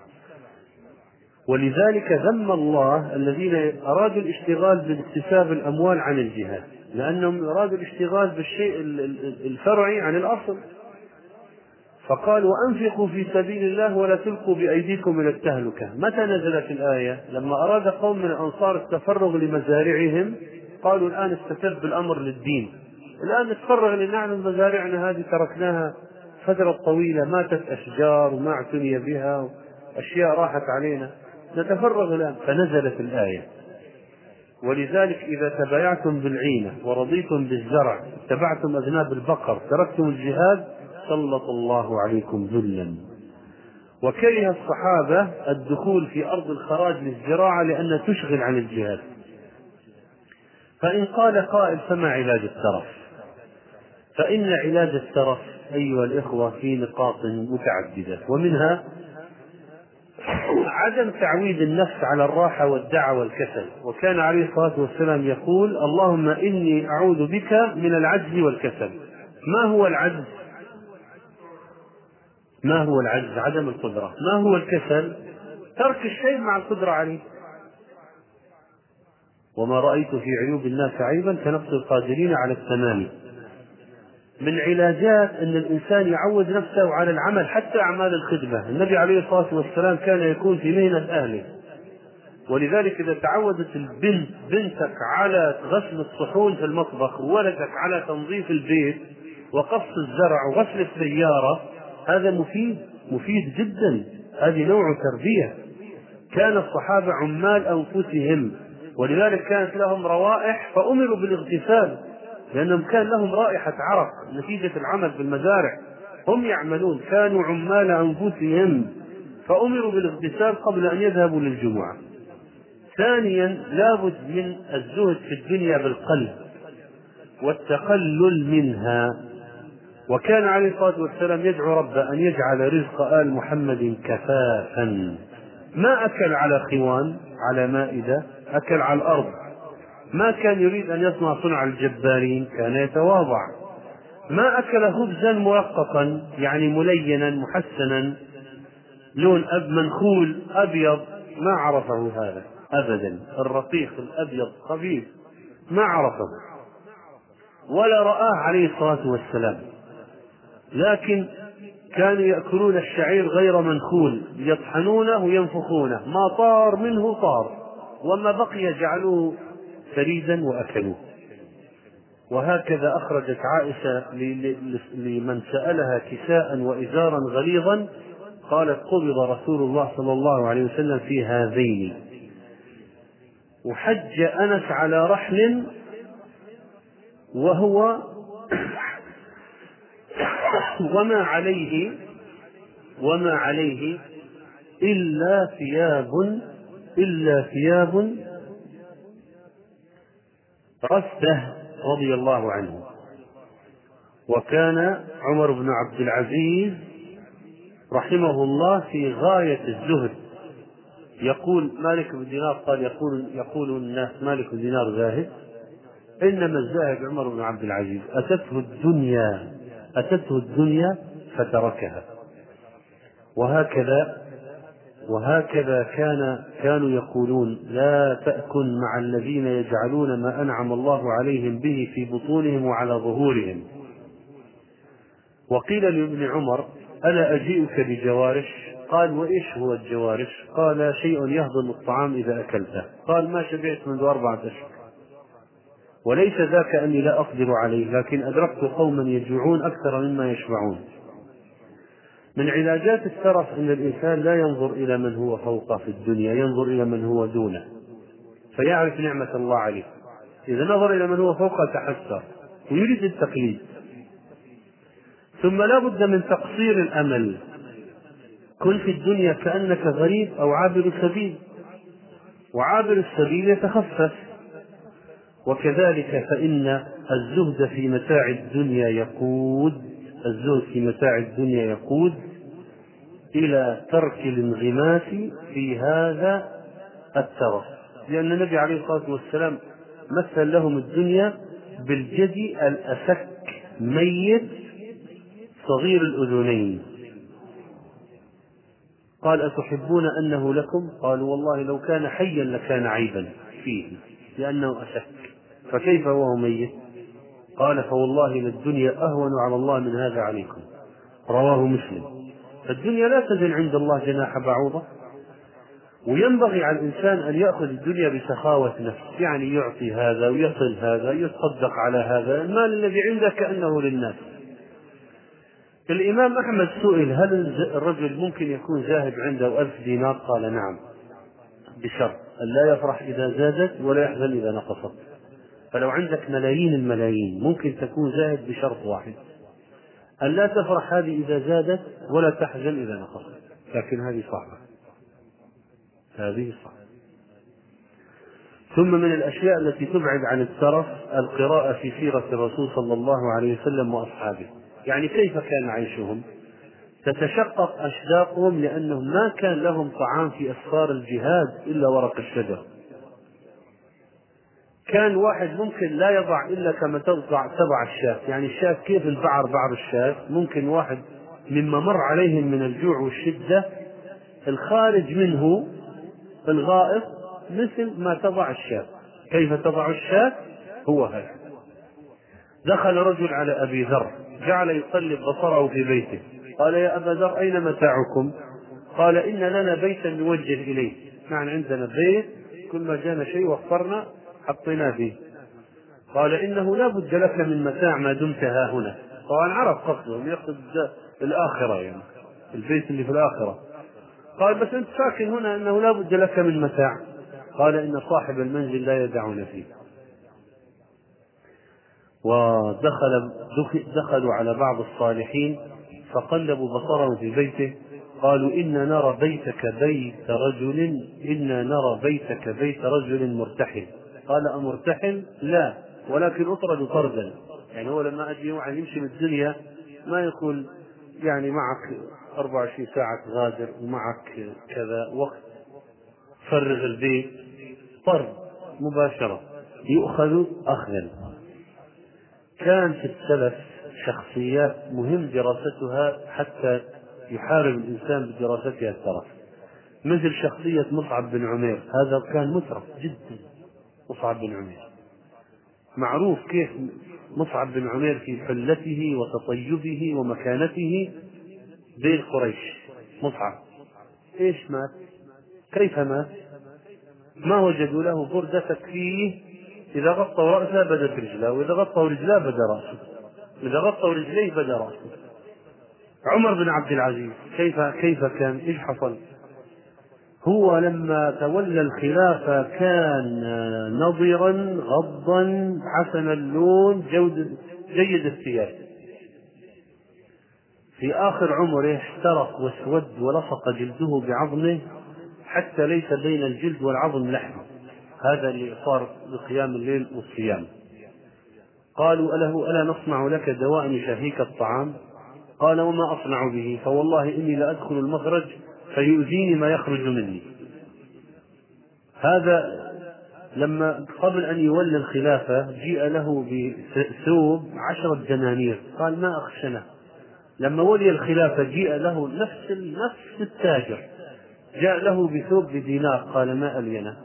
Speaker 1: ولذلك ذم الله الذين أرادوا الاشتغال باكتساب الأموال عن الجهاد، لأنهم أرادوا الاشتغال بالشيء الفرعي عن الأصل. فقال: وأنفقوا في سبيل الله ولا تلقوا بأيديكم إلى التهلكة. متى نزلت الآية؟ لما أراد قوم من الأنصار التفرغ لمزارعهم، قالوا: الآن استتب الأمر للدين، الآن نتفرغ لنعمل مزارعنا هذه تركناها فترة طويلة، ماتت أشجار وما اعتني بها، أشياء راحت علينا، نتفرغ الآن. فنزلت الآية: ولذلك إذا تبايعتم بالعينة ورضيتم بالزرع اتبعتم أذناب البقر تركتم الجهاد سلط الله عليكم ذلا. وكره الصحابة الدخول في أرض الخراج للزراعة لأن تشغل عن الجهاد. فإن قال قائل: فما علاج الترف؟ فإن علاج الترف أيها الإخوة في نقاط متعددة، ومنها عدم تعويد النفس على الراحة والدعة والكسل. وكان عليه الصلاة والسلام يقول: اللهم إني أعوذ بك من العجز والكسل. ما هو العجز؟ عدم القدرة. ما هو الكسل؟ ترك الشيء مع القدرة عليه. وما رأيت في عيوب الناس عيبا كنقص القادرين على التمام. من علاجات أن الإنسان يعود نفسه على العمل، حتى أعمال الخدمة. النبي عليه الصلاة والسلام كان يكون في مهنة أهله، ولذلك إذا تعودت بنتك على غسل الصحون في المطبخ، وولدك على تنظيف البيت وقص الزرع وغسل السيارة، هذا مفيد جدا. هذه نوع تربية. كان الصحابة عمال أنفسهم، ولذلك كانت لهم روائح فأمروا بالاغتسال، لأنهم كان لهم رائحة عرق نتيجة العمل في المزارع. هم يعملون، كانوا عمال أنفسهم فأمروا بالاغتسال قبل أن يذهبوا للجمعة. ثانيا، لابد من الزهد في الدنيا بالقلب والتقلل منها. وكان عليه الصلاة والسلام يدعو ربه أن يجعل رزق آل محمد كفافا. ما أكل على خوان على مائدة، أكل على الأرض. ما كان يريد أن يصنع صنع الجبارين، كان يتواضع. ما أكل خبزا مرققا يعني ملينا محسنا لون منخول أبيض، ما عرفه هذا أبدا. الرقيق الأبيض خفيف ما عرفه ولا رآه عليه الصلاة والسلام. لكن كانوا يأكلون الشعير غير منخول، يطحنونه وينفخونه، ما طار منه طار، وما بقي جعلوه فريدا وأكلوه. وهكذا أخرجت عائشة لمن سألها كساء وإزارا غليظا، قالت: قبض رسول الله صلى الله عليه وسلم في هذين. وحج أنس على رحل وهو وما عليه إلا ثياب رثه رضي الله عنه. وكان عمر بن عبد العزيز رحمه الله في غاية الزهد. يقول مالك بن دينار قال: يقول الناس مالك بن دينار زاهد، إنما الزاهد عمر بن عبد العزيز، أتته الدنيا فتركها. وهكذا كانوا يقولون: لا تأكن مع الذين يجعلون ما أنعم الله عليهم به في بطونهم وعلى ظهورهم. وقيل لابن عمر: ألا أجيئك بجوارش؟ قال: وإيش هو الجوارش؟ قال: شيء يهضم الطعام إذا أكلته. قال: ما شبعت منذ 4 أشهر. وليس ذاك أني لا أقدر عليه، لكن أدركت قوما يجوعون أكثر مما يشبعون. من علاجات الترف أن الإنسان لا ينظر إلى من هو فوقه في الدنيا، ينظر إلى من هو دونه فيعرف نعمة الله عليه. إذا نظر إلى من هو فوقه تحسر ويريد التقليد. ثم لا بد من تقصير الأمل. كن في الدنيا كأنك غريب أو عابر سبيل، وعابر السبيل يتخفف. وكذلك فإن الزهد في متاع الدنيا يقود إلى ترك الانغماس في هذا الترف، لأن النبي عليه الصلاة والسلام مثل لهم الدنيا بالجدي الأسك ميت صغير الأذنين. قال أتحبون أنه لكم؟ قالوا والله لو كان حيا لكان عيبا فيه لأنه أسك، فكيف وهو ميت؟ قال فوالله للدنيا أهون على الله من هذا عليكم. رواه مسلم. فالدنيا لا تزن عند الله جناح بعوضة، وينبغي على الإنسان أن يأخذ الدنيا بسخاوة نفس، يعني يعطي هذا ويصل هذا، يتصدق على هذا، المال الذي عنده كأنه للناس. الإمام أحمد سئل هل الرجل ممكن يكون زاهد عنده 1000 دينار؟ قال نعم، بشرط أن لا يفرح إذا زادت ولا يحزن إذا نقصت. فلو عندك ملايين الملايين ممكن تكون زاهد بشرط واحد، أن لا تفرح هذه إذا زادت ولا تحزن إذا نقصت. لكن هذه صعبة، هذه صعبة. ثم من الأشياء التي تبعد عن الترف القراءة في سيرة الرسول صلى الله عليه وسلم وأصحابه، يعني كيف كان عيشهم. تتشقق أشداقهم لأنهم ما كان لهم طعام في أسفار الجهاد إلا ورق الشجر. كان واحد ممكن لا يضع إلا كما تضع الشاة، يعني الشاة كيف بعر الشاة، ممكن واحد مما مر عليهم من الجوع والشدة الخارج منه الغائط مثل ما تضع الشاة. كيف تضع الشاة؟ هو هذا. دخل رجل على أبي ذر جعل يقلب بصره في بيته، قال يا أبا ذر أين متاعكم؟ قال إن لنا بيتا نوجه إليه، يعني عندنا بيت كل ما جانا شيء وفرنا حطينا فيه. قال إنه لا بد لك من متاع ما دمت ها هنا. طبعا عرف قصده يقصد الآخرة، يعني البيت اللي في الآخرة. قال بس أنت ساكن هنا أنه لا بد لك من متاع. قال إن صاحب المنزل لا يدعون فيه. ودخلوا على بعض الصالحين فقلبوا بصرهم في بيته، قالوا إنا نرى بيتك بيت رجل مرتحل. قال أمرتحل؟ لا، ولكن أطرد طردا. يعني هو لما أجي واحد يمشي من الدنيا ما يقول يعني معك 24 ساعة غادر ومعك كذا وقت فرغ البيت، طرد مباشرة، يؤخذ أخذا. كان في السلف شخصيات مهم دراستها حتى يحارب الإنسان بدراستها الترف، مثل شخصية مصعب بن عمير. هذا كان مترف جدا. مصعب بن عمير معروف كيف مصعب بن عمير في حلته وتطيبه ومكانته بين قريش. مصعب ايش مات؟ كيف مات؟ ما وجدوا له بردة تكفيه، إذا غطوا رأسه بدت رجله، وإذا غطوا رجله بدا رأسه، إذا غطوا رجليه بدا رأسه. عمر بن عبد العزيز كيف كان؟ إيش حصل؟ هو لما تولى الخلافة كان نضرا غضا حسن اللون جيد الثياب. في آخر عمره احترق واسود ولصق جلده بعظمه حتى ليس بين الجلد والعظم لحم. هذا اللي صار بقيام الليل والصيام. قالوا ألا نصنع لك دواء يشهيك الطعام؟ قال وما أصنع به؟ فوالله إني لأدخل المخرج فيؤذيني ما يخرج مني. هذا لما قبل أن يولي الخلافة جيء له بثوب 10 دنانير، قال ما أخشنه. لما ولي الخلافة جيء له نفس التاجر جاء له بثوب بدينار، قال ما ألينه.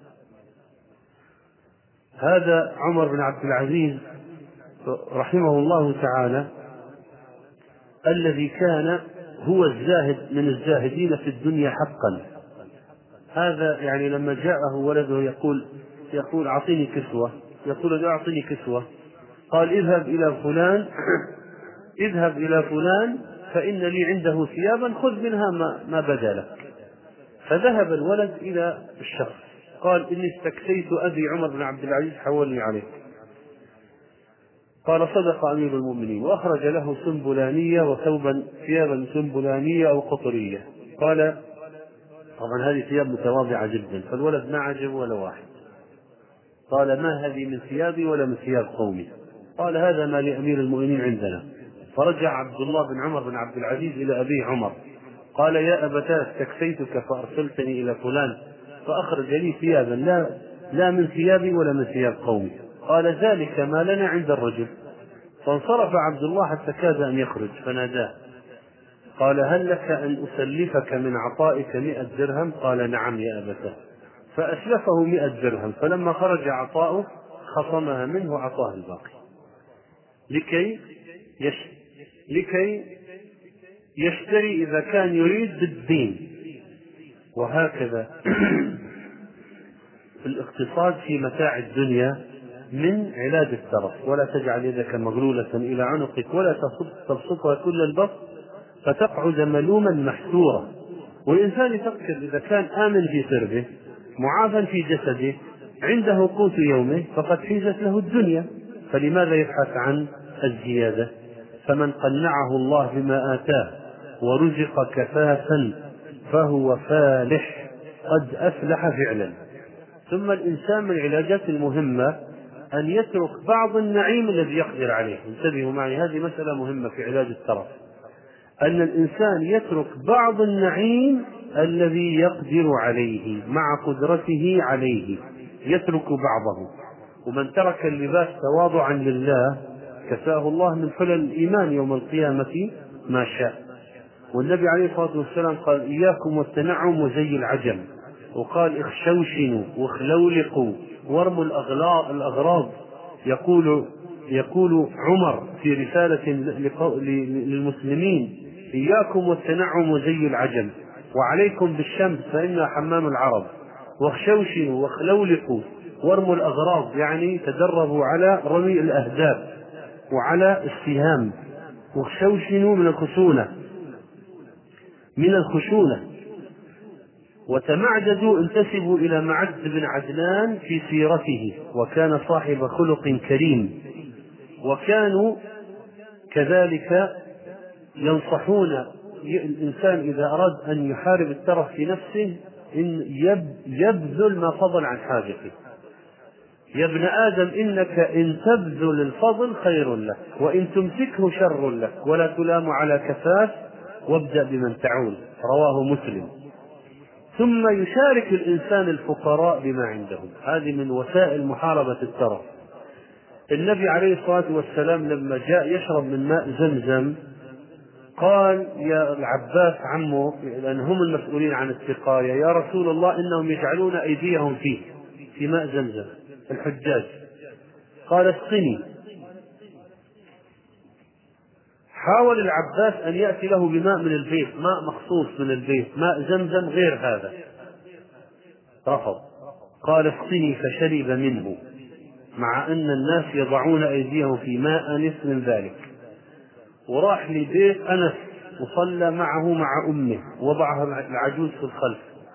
Speaker 1: هذا عمر بن عبد العزيز رحمه الله تعالى الذي كان هو الزاهد من الزاهدين في الدنيا حقا. هذا يعني لما جاءه ولده يقول أعطيني كسوة، يقول أعطيني كسوة. قال اذهب إلى فلان فإن لي عنده ثيابا خذ منها ما بدا لك. فذهب الولد إلى الشخص قال إني استكسيت أبي عمر بن عبد العزيز حولني عليه. قال صدق أمير المؤمنين، وأخرج له سنبلانية ثيابا سنبلانية أو قطرية. قال طبعا هذه ثياب متواضعة جدا، فالولد ما عجب ولا واحد. قال ما هذه من ثيابي ولا من ثياب قومي. قال هذا ما لأمير المؤمنين عندنا. فرجع عبد الله بن عمر بن عبد العزيز إلى أبيه عمر قال يا أبتاه استكفيتك فأرسلتني إلى فلان فأخرج لي ثيابا لا من ثيابي ولا من ثياب قومي. قال ذلك ما لنا عند الرجل. فانصرف عبد الله حتى كاد أن يخرج فناداه قال هل لك أن أسلفك من عطائك 100 درهم؟ قال نعم يا أبتاه. فأسلفه 100 درهم، فلما خرج عطاؤه خصمها منه وعطاه الباقي لكي يشتري إذا كان يريد بالدين. وهكذا الاقتصاد في متاع الدنيا من علاج الترف. ولا تجعل يدك مغلولة إلى عنقك ولا تبسطها كل البسط فتقعد ملوما محسورا. والإنسان يفكر إذا كان آمن في سربه معافى في جسده عنده قوت يومه فقد حيزت له الدنيا، فلماذا يبحث عن الزيادة؟ فمن قنعه الله بما آتاه ورزق كفافا فهو فالح، قد أفلح فعلا. ثم الإنسان من العلاجات المهمة أن يترك بعض النعيم الذي يقدر عليه. انتبهوا معي، هذه مسألة مهمة في علاج الترف، أن الإنسان يترك بعض النعيم الذي يقدر عليه مع قدرته عليه، يترك بعضه. ومن ترك اللباس تواضعا لله كساه الله من حلل الإيمان يوم القيامة ما شاء. والنبي عليه الصلاة والسلام قال إياكم والتنعم وزي العجم، وقال اخشوشنوا واخلولقوا وارموا الأغراض. يقول عمر في رسالة للمسلمين إياكم والتنعم وزي العجم، وعليكم بالشمس فإنها حمام العرب، واخشوشنوا واخلولقوا وارموا الأغراض، يعني تدربوا على رمي الأهداف وعلى السهام. واخشوشنوا من الخشونة. وتمعجدوا انتسبوا إلى معد بن عدنان في سيرته، وكان صاحب خلق كريم. وكانوا كذلك ينصحون الإنسان إذا أراد أن يحارب الترف في نفسه إن يبذل ما فضل عن حاجته. يا ابن آدم إنك إن تبذل الفضل خير لك وإن تمسكه شر لك، ولا تلام على كفاف وابدأ بمن تعول. رواه مسلم. ثم يشارك الإنسان الفقراء بما عندهم، هذه من وسائل محاربة الترف. النبي عليه الصلاة والسلام لما جاء يشرب من ماء زمزم قال يا العباس عمه، لأن هم المسؤولين عن السقاية، يا رسول الله إنهم يجعلون أيديهم في ماء زمزم الحجاج. قال اسقني. حاول العباس أن يأتي له بماء من البيت، ماء مخصوص من البيت، ماء زمزم غير هذا، رفض. قال اسقني فشرب منه، مع أن الناس يضعون أيديهم في ماء أنس من ذلك. وراح لبيت أنس وصلى معه مع أمه، وضعها العجوز في الخلف،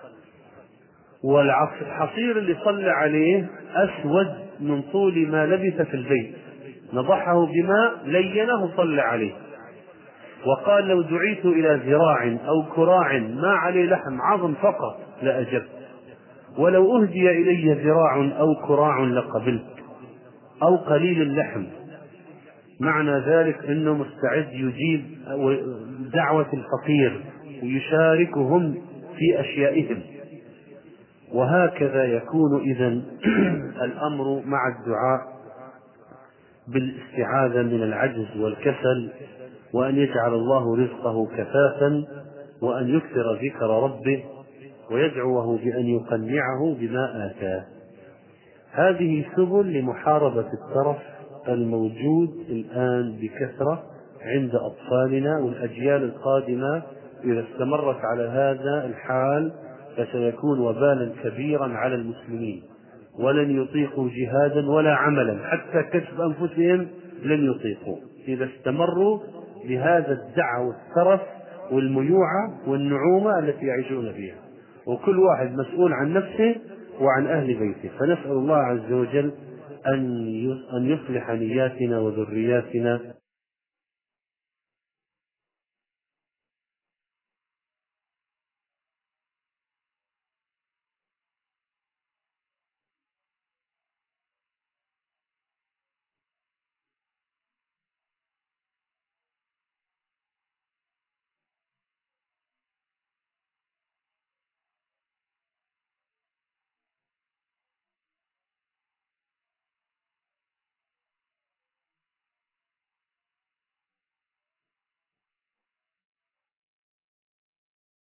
Speaker 1: والحصير اللي صلى عليه أسود من طول ما لبث في البيت، نضحه بماء لينه صلى عليه. وقال لو دعيت إلى ذراع أو كراع ما عليه لحم عظم فقط لأجبت، ولو أهدي إلي ذراع أو كراع لقبلت، أو قليل اللحم. معنى ذلك أنه مستعد يجيب دعوة الفقير ويشاركهم في أشيائهم. وهكذا يكون إذن الأمر مع الدعاء بالاستعاذة من العجز والكسل، وأن يجعل الله رزقه كفافا، وأن يكثر ذكر ربه ويدعوه بأن يقنعه بما آتاه. هذه سبل لمحاربة الترف الموجود الآن بكثرة عند أطفالنا، والأجيال القادمة إذا استمرت على هذا الحال فسيكون وبالا كبيرا على المسلمين، ولن يطيقوا جهادا ولا عملا، حتى كسب أنفسهم لن يطيقوا إذا استمروا بهذا الدع والترف والميوعة والنعومة التي يعيشون فيها. وكل واحد مسؤول عن نفسه وعن أهل بيته. فنسأل الله عز وجل أن يصلح نياتنا وذرياتنا.